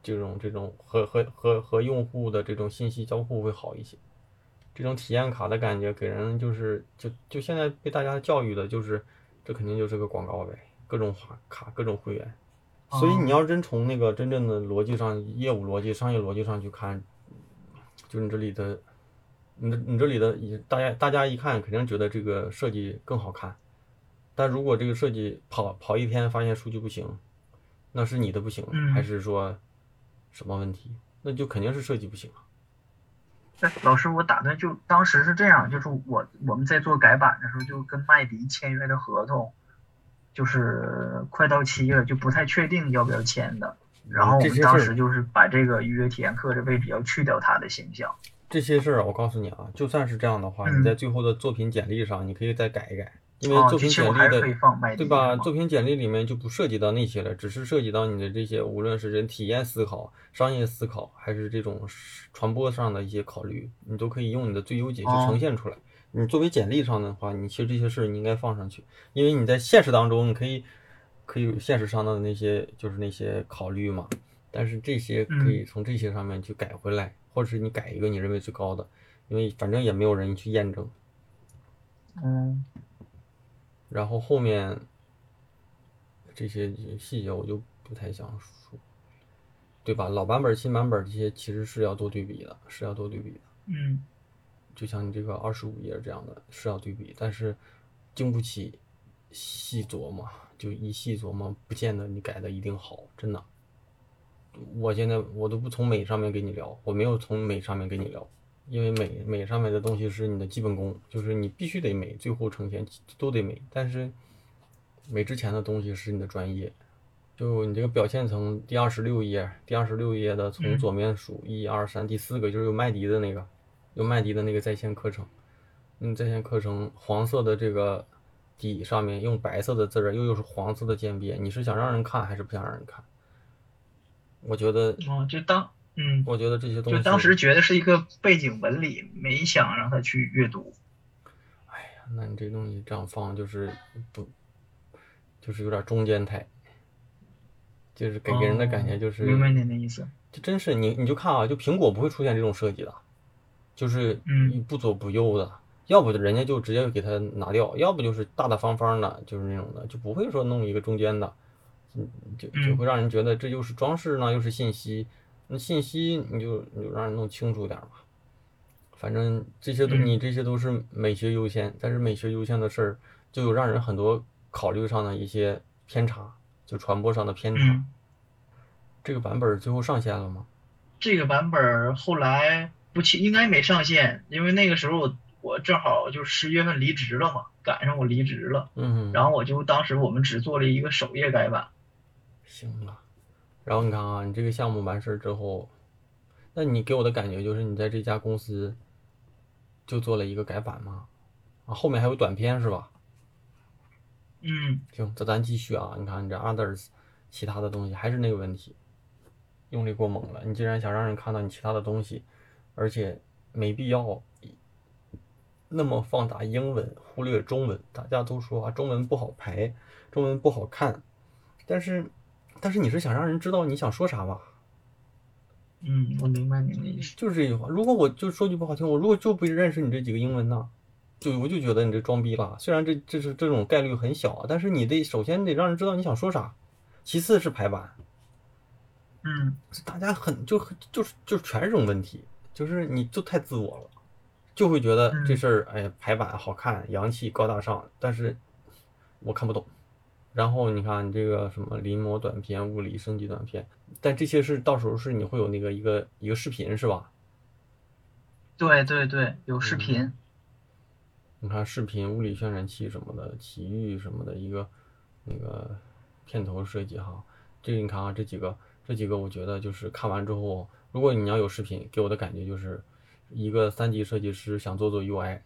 这种这种和和和和用户的这种信息交互会好一些。这种体验卡的感觉给人就是就就现在被大家教育的就是这肯定就是个广告呗，各种卡各种会员。所以你要真从那个真正的逻辑上、业务逻辑、商业逻辑上去看，就你这里的，你你这里的，大家大家一看肯定觉得这个设计更好看，但如果这个设计跑跑一天发现数据不行，那是你的不行，还是说什么问题？那就肯定是设计不行啊。 老师，我打断，就当时是这样，就是我我们在做改版的时候，就跟麦迪签约的合同，就是快到期了，就不太确定要不要签的。然后我们当时就是把这个预约体验课这位置要去掉他的形象。 这些事儿我告诉你啊，就算是这样的话， 嗯、 你在最后的作品简历上，你可以再改一改。因为作品简历的、 哦、 对吧？作品简历里面就不涉及到那些了，只是涉及到你的这些，无论是人体验思考、商业思考，还是这种传播上的一些考虑，你都可以用你的最优解去呈现出来。哦、你作为简历上的话，你其实这些事你应该放上去，因为你在现实当中，你可以可以有现实上的那些就是那些考虑嘛，但是这些可以从这些上面去改回来，嗯、或者是你改一个你认为最高的，因为反正也没有人去验证。 嗯。 然后后面这些细节我就不太想说，对吧？老版本、新版本这些其实是要多对比的，是要多对比的。 嗯， 就像你这个二十五页这样的，是要对比，但是经不起细琢磨，就一细琢磨，不见得你改的一定好，真的。我现在我都不从美上面跟你聊，我没有从美上面跟你聊。因为美美上面的东西是你的基本功，就是你必须得美，最后呈现都得美。但是美之前的东西是你的专业，就你这个表现层第二十六页，第二十六页的从左面数一二三，第四个就是有麦迪的那个，有麦迪的那个在线课程。嗯，在线课程黄色的这个底上面用白色的字儿，又又是黄色的渐变，你是想让人看还是不想让人看？我觉得， 哦，就当。嗯， 我觉得这些东西， 就当时觉得是一个背景纹理，没想让他去阅读。 哎呀，那你这东西这样放就是不，就是有点中间态，就是给给人的感觉就是。 哦、明白您的意思。 这真是你你就看啊，就苹果不会出现这种设计的，就是不左不右的， 嗯、 要不人家就直接给它拿掉，要不就是大大方方的，就是那种的，就不会说弄一个中间的，嗯，就就会让人觉得这又是装饰呢，又是信息。那信息你就你就让人弄清楚点吧，反正这些都你这些都是美学优先，但是美学优先的事儿就有让人很多考虑上的一些偏差，就传播上的偏差。 嗯、 这个版本最后上线了吗？ 这个版本后来不去应该没上线，因为那个时候我我正好就十月份离职了嘛，赶上我离职了， 嗯， 然后我就当时我们只做了一个首页改版。 行了。然后你看啊，你这个项目完事之后，那你给我的感觉就是你在这家公司就做了一个改版吗？啊，后面还有短片是吧？ 嗯， 行，这咱继续啊。你看你这 others 其他的东西还是那个问题，用力过猛了。你既然想让人看到你其他的东西，而且没必要那么放大英文，忽略中文。大家都说啊，中文不好排，中文不好看，但是。但是你是想让人知道你想说啥吧？ 嗯，我明白你的意思。 就是这句话。如果我就说句不好听，我如果就不认识你这几个英文呢，就我就觉得你这装逼了。虽然这这是这种概率很小，但是你得首先得让人知道你想说啥，其次是排版。 嗯， 大家很就就是就全是这种问题，就是你就太自我了，就会觉得这事儿哎排版好看、洋气、高大上，但是我看不懂。然后你看你这个什么临摹短片、物理升级短片，但这些是到时候是你会有那个一个一个视频是吧？ 对对对，有视频。 嗯、你看视频、物理渲染器什么的、奇遇什么的一个那个片头设计哈，这个你看啊，这几个这几个我觉得就是看完之后，如果你要有视频，给我的感觉就是一个 三 D 设计师想做做 U I，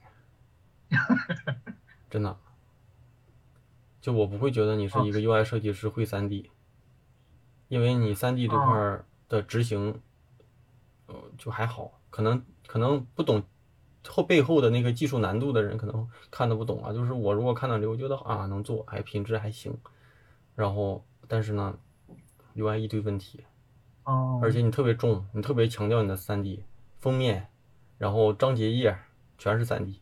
真的。就我不会觉得你是一个 U I 设计师会 三 D， 因为你 三 D 这块的执行，呃，就还好，可能可能不懂后背后的那个技术难度的人可能看得不懂啊。就是我如果看到这，我觉得啊能做，哎品质还行，然后但是呢 U I 一堆问题。 哦， 而且你特别重，你特别强调你的 三 D 封面，然后章节页全是 三 D，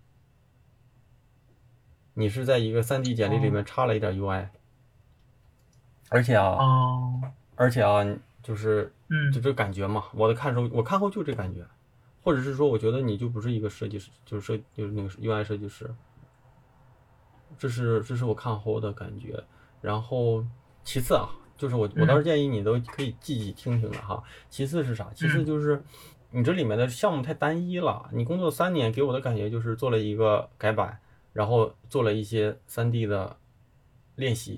你是在一个 三 D 简历里面插了一点 U I， 而且啊， 哦， 而且啊，就是就嗯， 这感觉嘛，我的看时我看后就这感觉，或者是说，我觉得你就不是一个设计师，就是设就是那个 U I 设计师，这是这是我看后的感觉。然后其次啊，就是我我倒是嗯建议你都可以记记听听的哈。其次是啥？其次嗯就是你这里面的项目太单一了。你工作三年，给我的感觉就是做了一个改版，然后做了一些 三 D 的练习，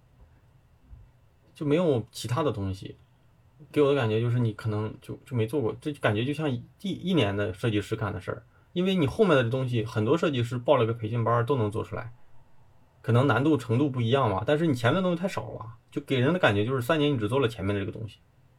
就没有其他的东西。给我的感觉就是你可能就就没做过，这感觉就像一一年的设计师干的事儿，因为你后面的东西很多设计师报了个培训班都能做出来，可能难度程度不一样嘛，但是你前面的东西太少了，就给人的感觉就是三年你只做了前面的这个东西。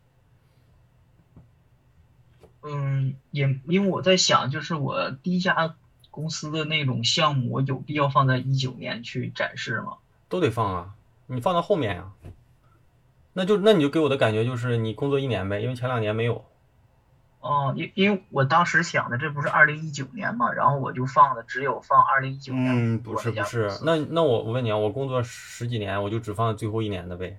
嗯，也因为我在想，就是我第一家公司的那种项目，我有必要放在一九年去展示吗？ 都得放啊，你放到后面呀、啊那就那你就给我的感觉就是你工作一年呗，因为前两年没有。 哦，因因为我当时想的，这不是二零一九年嘛，然后我就放的只有放二零一九年嗯，不工作那是不是， 家公司。 那那我我问你啊，我工作十几年，我就只放最后一年的呗。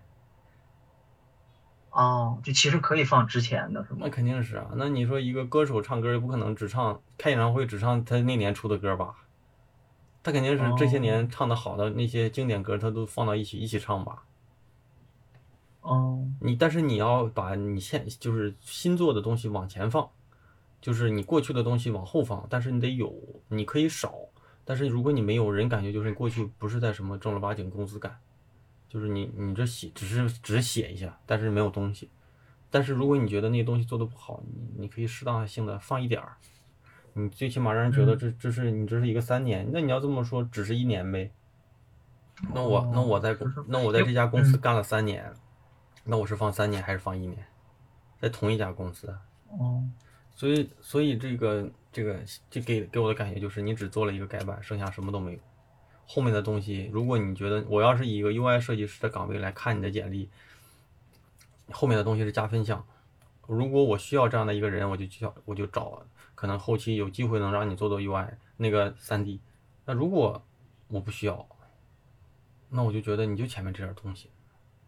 哦，就其实可以放之前的是那吗？ 肯定是啊，那你说一个歌手唱歌也不可能只唱开演唱会只唱他那年出的歌吧？他肯定是这些哦年唱的好的那些经典歌，他都放到一起一起唱吧。 哦你但是你要把你现就是新做的东西往前放，就是你过去的东西往后放，但是你得有，你可以少，但是如果你没有人感觉就是你过去不是在什么正儿八经公司干，就是你你这写只是只是写一下，但是没有东西。但是如果你觉得那个东西做的不好，你你可以适当性的放一点儿，你最起码让人觉得嗯这这是你这是一个三年，那你要这么说，只是一年呗。那我那我哦， 在是是， 那我在因为这家公司嗯干了三年，那我是放三年还是放一年？在同一家公司， 哦所以所以这个这个这给给我的感觉就是你只做了一个改版，剩下什么都没有。后面的东西，如果你觉得我要是以一个 U I 设计师的岗位来看你的简历，后面的东西是加分项。如果我需要这样的一个人，我就需要我就找，可能后期有机会能让你做做 U I 那个 三 D。那如果我不需要，那我就觉得你就前面这点东西。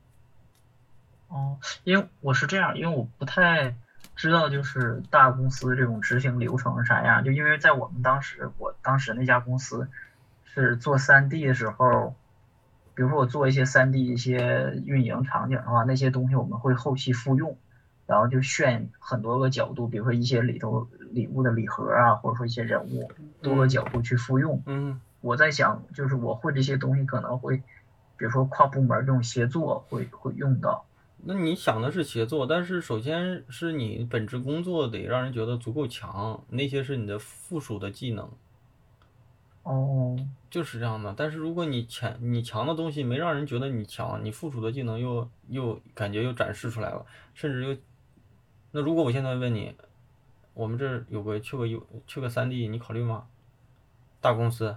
哦，因为我是这样，因为我不太知道就是大公司这种执行流程是啥样，就因为在我们当时，我当时那家公司是做三 D 的时候，比如说我做一些三 D 一些运营场景的话，那些东西我们会后期复用，然后就炫很多个角度，比如说一些里头礼物的礼盒啊，或者说一些人物，多个角度去复用。 嗯， 我在想，就是我会这些东西可能会，比如说跨部门这种协作会会用到。 那你想的是协作，但是首先是你本职工作得让人觉得足够强，那些是你的附属的技能， 哦， 就是这样的。但是如果你强你强的东西没让人觉得你强，你附属的技能又又感觉又展示出来了，甚至又那如果我现在问你，我们这儿有个去个有去个三 D，你考虑吗？大公司，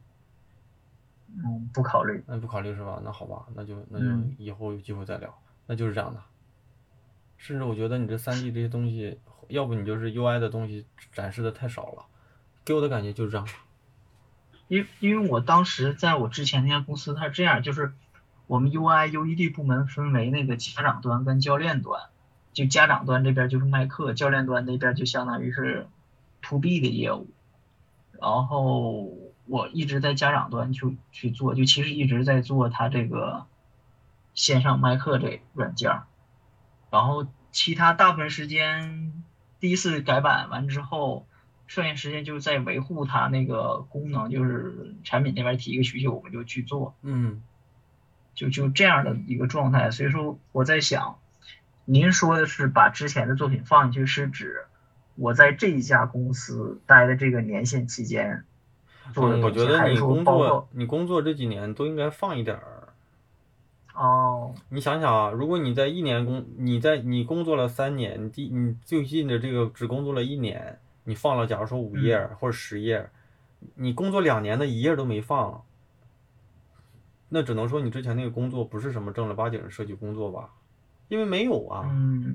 嗯，不考虑。 那不考虑是吧？那好吧，那就那就嗯， 以后有机会再聊，那就是这样的。甚至我觉得你这三 D 这些东西，要不你就是 U I 的东西展示的太少了，给我的感觉就是这样。 因因为我当时在我之前那家公司，它是这样，就是我们 U I U E D 部门分为那个家长端跟教练端，就家长端这边就是卖课，教练端那边就相当于是 to B 的业务。然后我一直在家长端去去做，就其实一直在做它这个线上卖课这软件儿。然后其他大部分时间，第一次改版完之后，剩下时间就是在维护它那个功能，就是产品那边提一个需求，我们就去做， 嗯， 就就这样的一个状态。所以说我在想，您说的是把之前的作品放进去，是指我在这一家公司待的这个年限期间做的嗯，我东西， 觉得你还是说工作包括你工作这几年都应该放一点儿。 哦， 你想想啊，如果你在一年工，你在你工作了三年，你第你最近的这个只工作了一年，你放了假如说五页嗯或者十页，你工作两年的一页都没放，那只能说你之前那个工作不是什么正儿八经的设计工作吧，因为没有啊。 嗯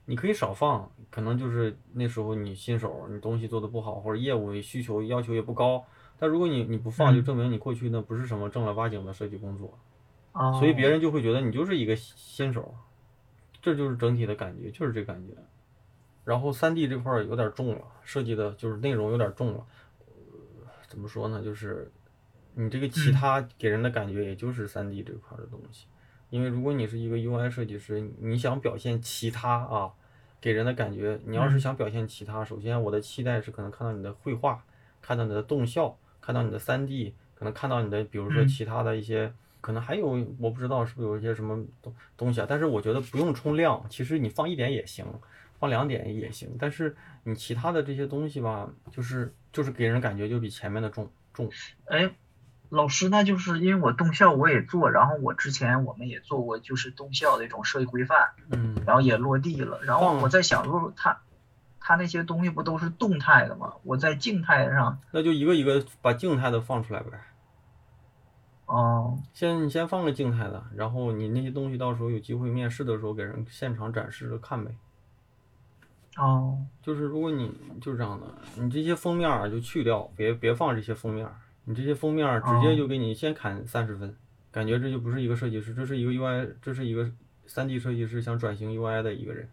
你可以少放，可能就是那时候你新手，你东西做的不好，或者业务需求要求也不高。但如果你你不放，就嗯， 证明你过去那不是什么正儿八经的设计工作，所以别哦， 人就会觉得你就是一个新手，这就是整体的感觉，就是这感觉。然后三 D 这块儿有点重了，设计的就是内容有点重了。怎么说呢？就是你这个其嗯他给人的感觉也就是三 D 这块的东西。因为如果你是一个 U I 设计师，你想表现其他啊，给人的感觉，你要是嗯想表现其他，首先我的期待是可能看到你的绘画，看到你的动效，看到你的三 D，可能看到你的比如说嗯其他的一些，可能还有我不知道是不是有一些什么东东西啊，但是我觉得不用冲量，其实你放一点也行，放两点也行，但是你其他的这些东西吧，就是就是给人感觉就比前面的重重。 哎，老师，那就是因为我动效我也做，然后我之前我们也做过就是动效的一种设计规范， 嗯， 然后也落地了。然后我放在想，如果它它那些东西不都是动态的吗？我在静态上， 那就一个一个把静态的放出来呗。 哦先你先放个静态的，然后你那些东西到时候有机会面试的时候给人现场展示着看呗。 哦就是如果你就是这样的，你这些封面儿就去掉，别别放这些封面儿，你这些封面儿直接哦就给你先砍三十分，感觉这就不是一个设计师，这是一个 U I，这是一个三 D 设计师想转型 U I 的一个人，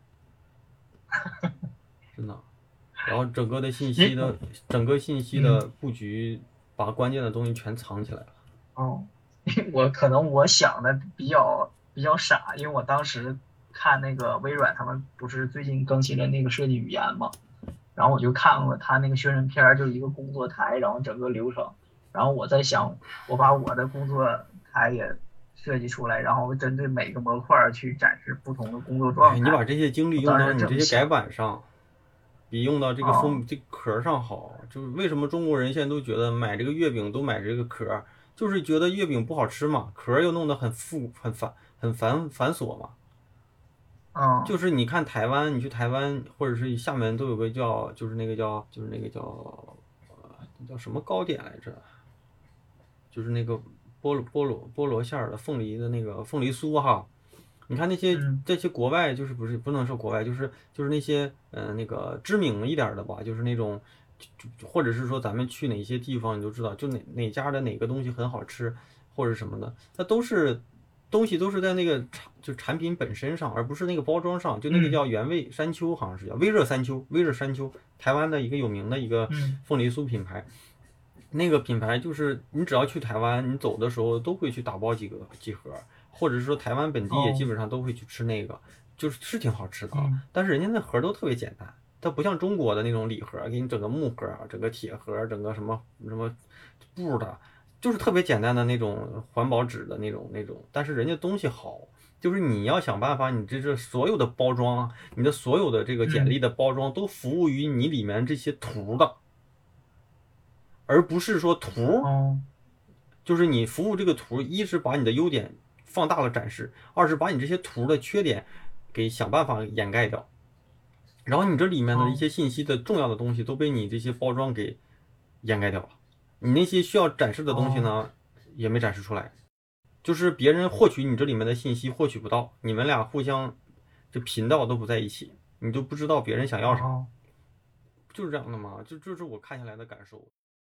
真的。然后整个的信息因的整个信息嗯的布局，把关键的东西全藏起来了。 哦，我可能我想的比较比较傻，因为我当时看那个微软他们不是最近更新了那个设计语言嘛，然后我就看过他那个宣传片儿，就是一个工作台，然后整个流程，然后我在想，我把我的工作台也设计出来，然后针对每个模块儿去展示不同的工作哎， 状态。 你把这些精力我当时用到你这些改这么想， 版上，比用到这个哦封这个壳上好。就是为什么中国人现在都觉得买这个月饼都买这个壳，就是觉得月饼不好吃嘛，壳又弄得很复很繁很繁繁琐嘛。 嗯就是你看台湾，你去台湾或者是厦门都有个叫，就是那个叫就是那个叫呃叫什么糕点来着，就是那个菠萝菠萝菠萝馅儿的凤梨的那个凤梨酥哈。你看那些嗯这些国外就是不是不能说国外，就是就是那些呃那个知名一点儿的吧，就是那种就就或者是说咱们去哪些地方你就知道，就哪哪家的哪个东西很好吃或者什么的，它都是东西都是在那个产就产品本身上，而不是那个包装上。就那个嗯叫原味山丘，好像是叫微热山丘，微热山丘，台湾的一个有名的一个嗯凤梨酥品牌。那个品牌就是你只要去台湾，你走的时候都会去打包几个几盒，或者是说台湾本地也基哦本上都会去吃那个，就是是挺好吃的啊。 嗯但是人家那盒都特别简单，它不像中国的那种礼盒，给你整个木盒啊，整个铁盒，整个什么什么布的，就是特别简单的那种环保纸的那种那种。但是人家东西好，就是你要想办法，你这这所有的包装，你的所有的这个简历嗯的包装都服务于你里面这些图的。而不是说图， 哦就是你服务这个图，一是把你的优点放大了展示，二是把你这些图的缺点给想办法掩盖掉，然后你这里面的一哦些信息的重要的东西都被你这些包装给掩盖掉了，你那些需要展示的东西哦呢，也没展示出来，就是别人获取你这里面的信息获取不到，你们俩互相这频道都不在一起，你就不知道别人想要啥， 哦就是这样的嘛，就这是我看下来的感受。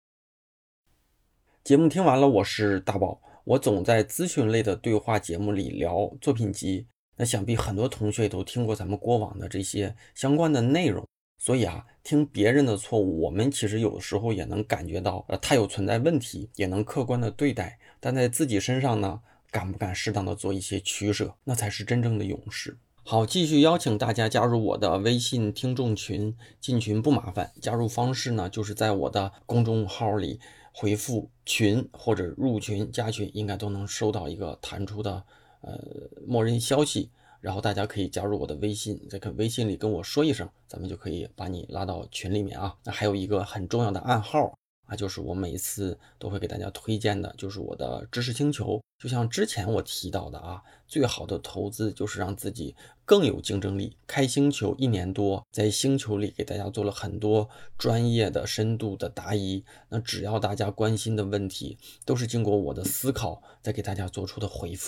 节目听完了，我是大宝。我总在咨询类的对话节目里聊作品集，那想必很多同学也都听过咱们过往的这些相关的内容，所以啊，听别人的错误，我们其实有的时候也能感觉到，呃，它有存在问题，也能客观的对待。但在自己身上呢，敢不敢适当的做一些取舍，那才是真正的勇士。好，继续邀请大家加入我的微信听众群，进群不麻烦，加入方式呢，就是在我的公众号里回复群或者入群加群，应该都能收到一个弹出的呃默认消息，然后大家可以加入我的微信，在微信里跟我说一声，咱们就可以把你拉到群里面啊。那还有一个很重要的暗号啊，就是我每次都会给大家推荐的，就是我的知识星球。就像之前我提到的啊，最好的投资就是让自己更有竞争力。开星球一年多，在星球里给大家做了很多专业的、深度的答疑。那只要大家关心的问题，都是经过我的思考再给大家做出的回复。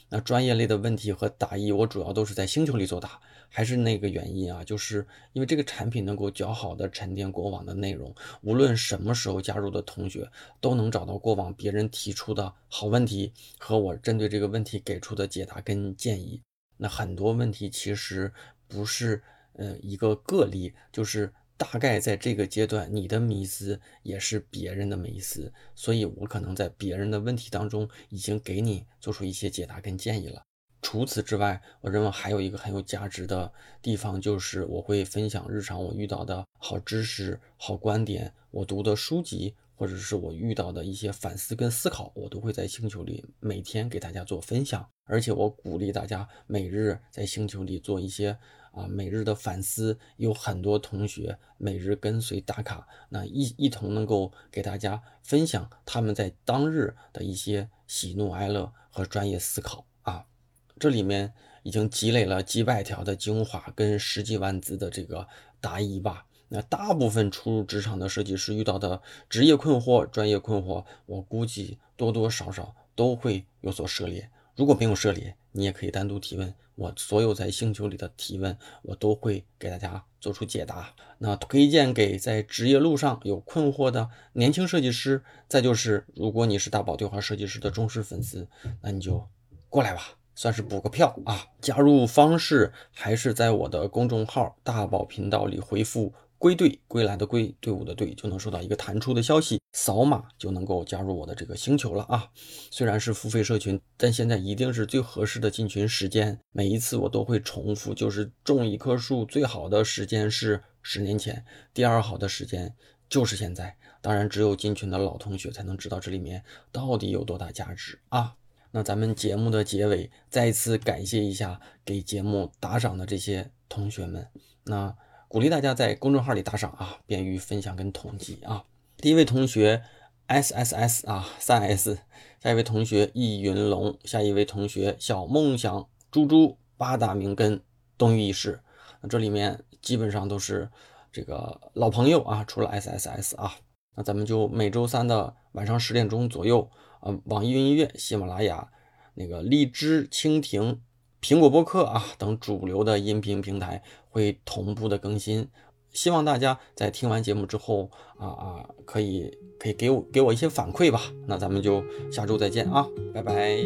那专业类的问题和答疑，我主要都是在星球里作答，还是那个原因啊，就是因为这个产品能够较好的沉淀过往的内容，无论什么时候加入的同学都能找到过往别人提出的好问题和我针对这个问题给出的解答跟建议。那很多问题其实不是呃一个个例，就是大概在这个阶段你的迷思也是别人的迷思，所以我可能在别人的问题当中已经给你做出一些解答跟建议了。除此之外，我认为还有一个很有价值的地方，就是我会分享日常我遇到的好知识、好观点，我读的书籍，或者是我遇到的一些反思跟思考，我都会在星球里每天给大家做分享。而且我鼓励大家每日在星球里做一些啊每日的反思，有很多同学每日跟随打卡，那一一同能够给大家分享他们在当日的一些喜怒哀乐和专业思考啊。这里面已经积累了几百条的精华跟十几万字的这个答疑吧。那大部分初入职场的设计师遇到的职业困惑、专业困惑，我估计多多少少都会有所涉猎。如果没有涉猎，你也可以单独提问，我所有在星球里的提问，我都会给大家做出解答。那推荐给在职业路上有困惑的年轻设计师，再就是如果你是大宝对话设计师的忠实粉丝，那你就过来吧，算是补个票啊。加入方式还是在我的公众号大宝频道里回复归队，归来的归，队伍的队，就能收到一个弹出的消息，扫码就能够加入我的这个星球了啊。虽然是付费社群，但现在一定是最合适的进群时间。每一次我都会重复，就是种一棵树最好的时间是十年前，第二好的时间就是现在。当然只有进群的老同学才能知道这里面到底有多大价值啊。那咱们节目的结尾再次感谢一下给节目打赏的这些同学们，那鼓励大家在公众号里打赏啊，便于分享跟统计啊。第一位同学 S S S 啊 三 S， 下一位同学易云龙，下一位同学小梦想猪猪，八大名根东域意识。那这里面基本上都是这个老朋友啊，除了 S S S 啊。那咱们就每周三的晚上十点钟左右，呃，网易云音乐、喜马拉雅、那个荔枝、蜻蜓、苹果播客啊等主流的音频平台会同步的更新。希望大家在听完节目之后啊啊，可以可以给我给我一些反馈吧。那咱们就下周再见啊，拜拜。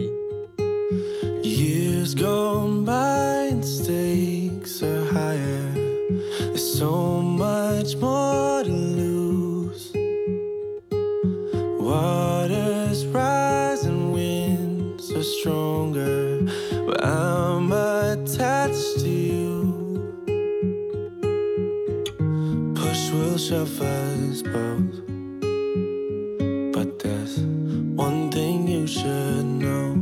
Years gone by and stakes are higher. There's so much more to lose. Waters rise and winds are stronger, but I'm attached to you. Push will shove us both, but there's one thing you should know.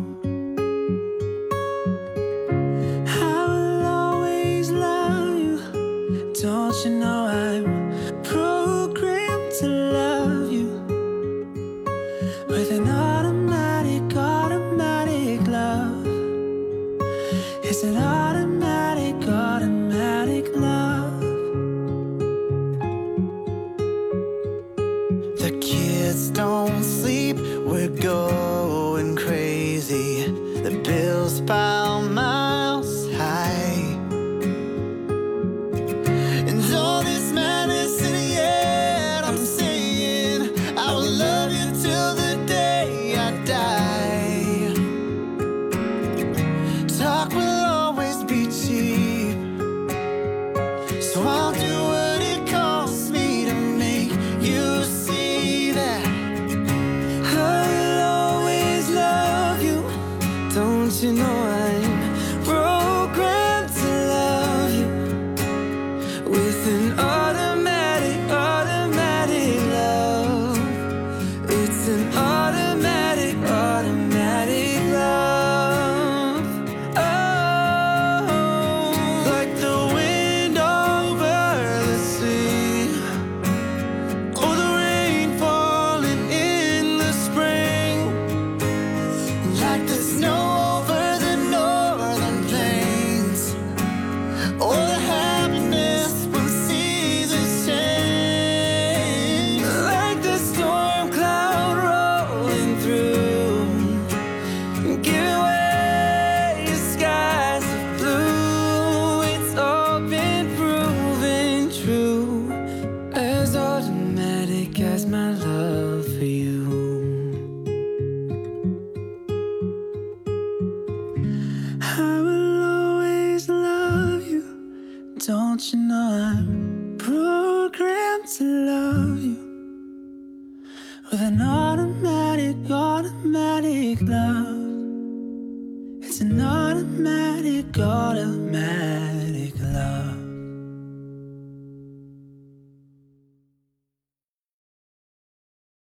Don't you know I'm programmed to love you with an automatic, automatic love. It's an automatic, automatic love. The kids don't sleep, we're going crazy. The bills pile miles high. All this madness in the air, I'm saying I will love you till the day I die. Talk will always be cheap, so I'll do what it costs me to make you see that I will with an automatic, automatic love. It's an automatic, automatic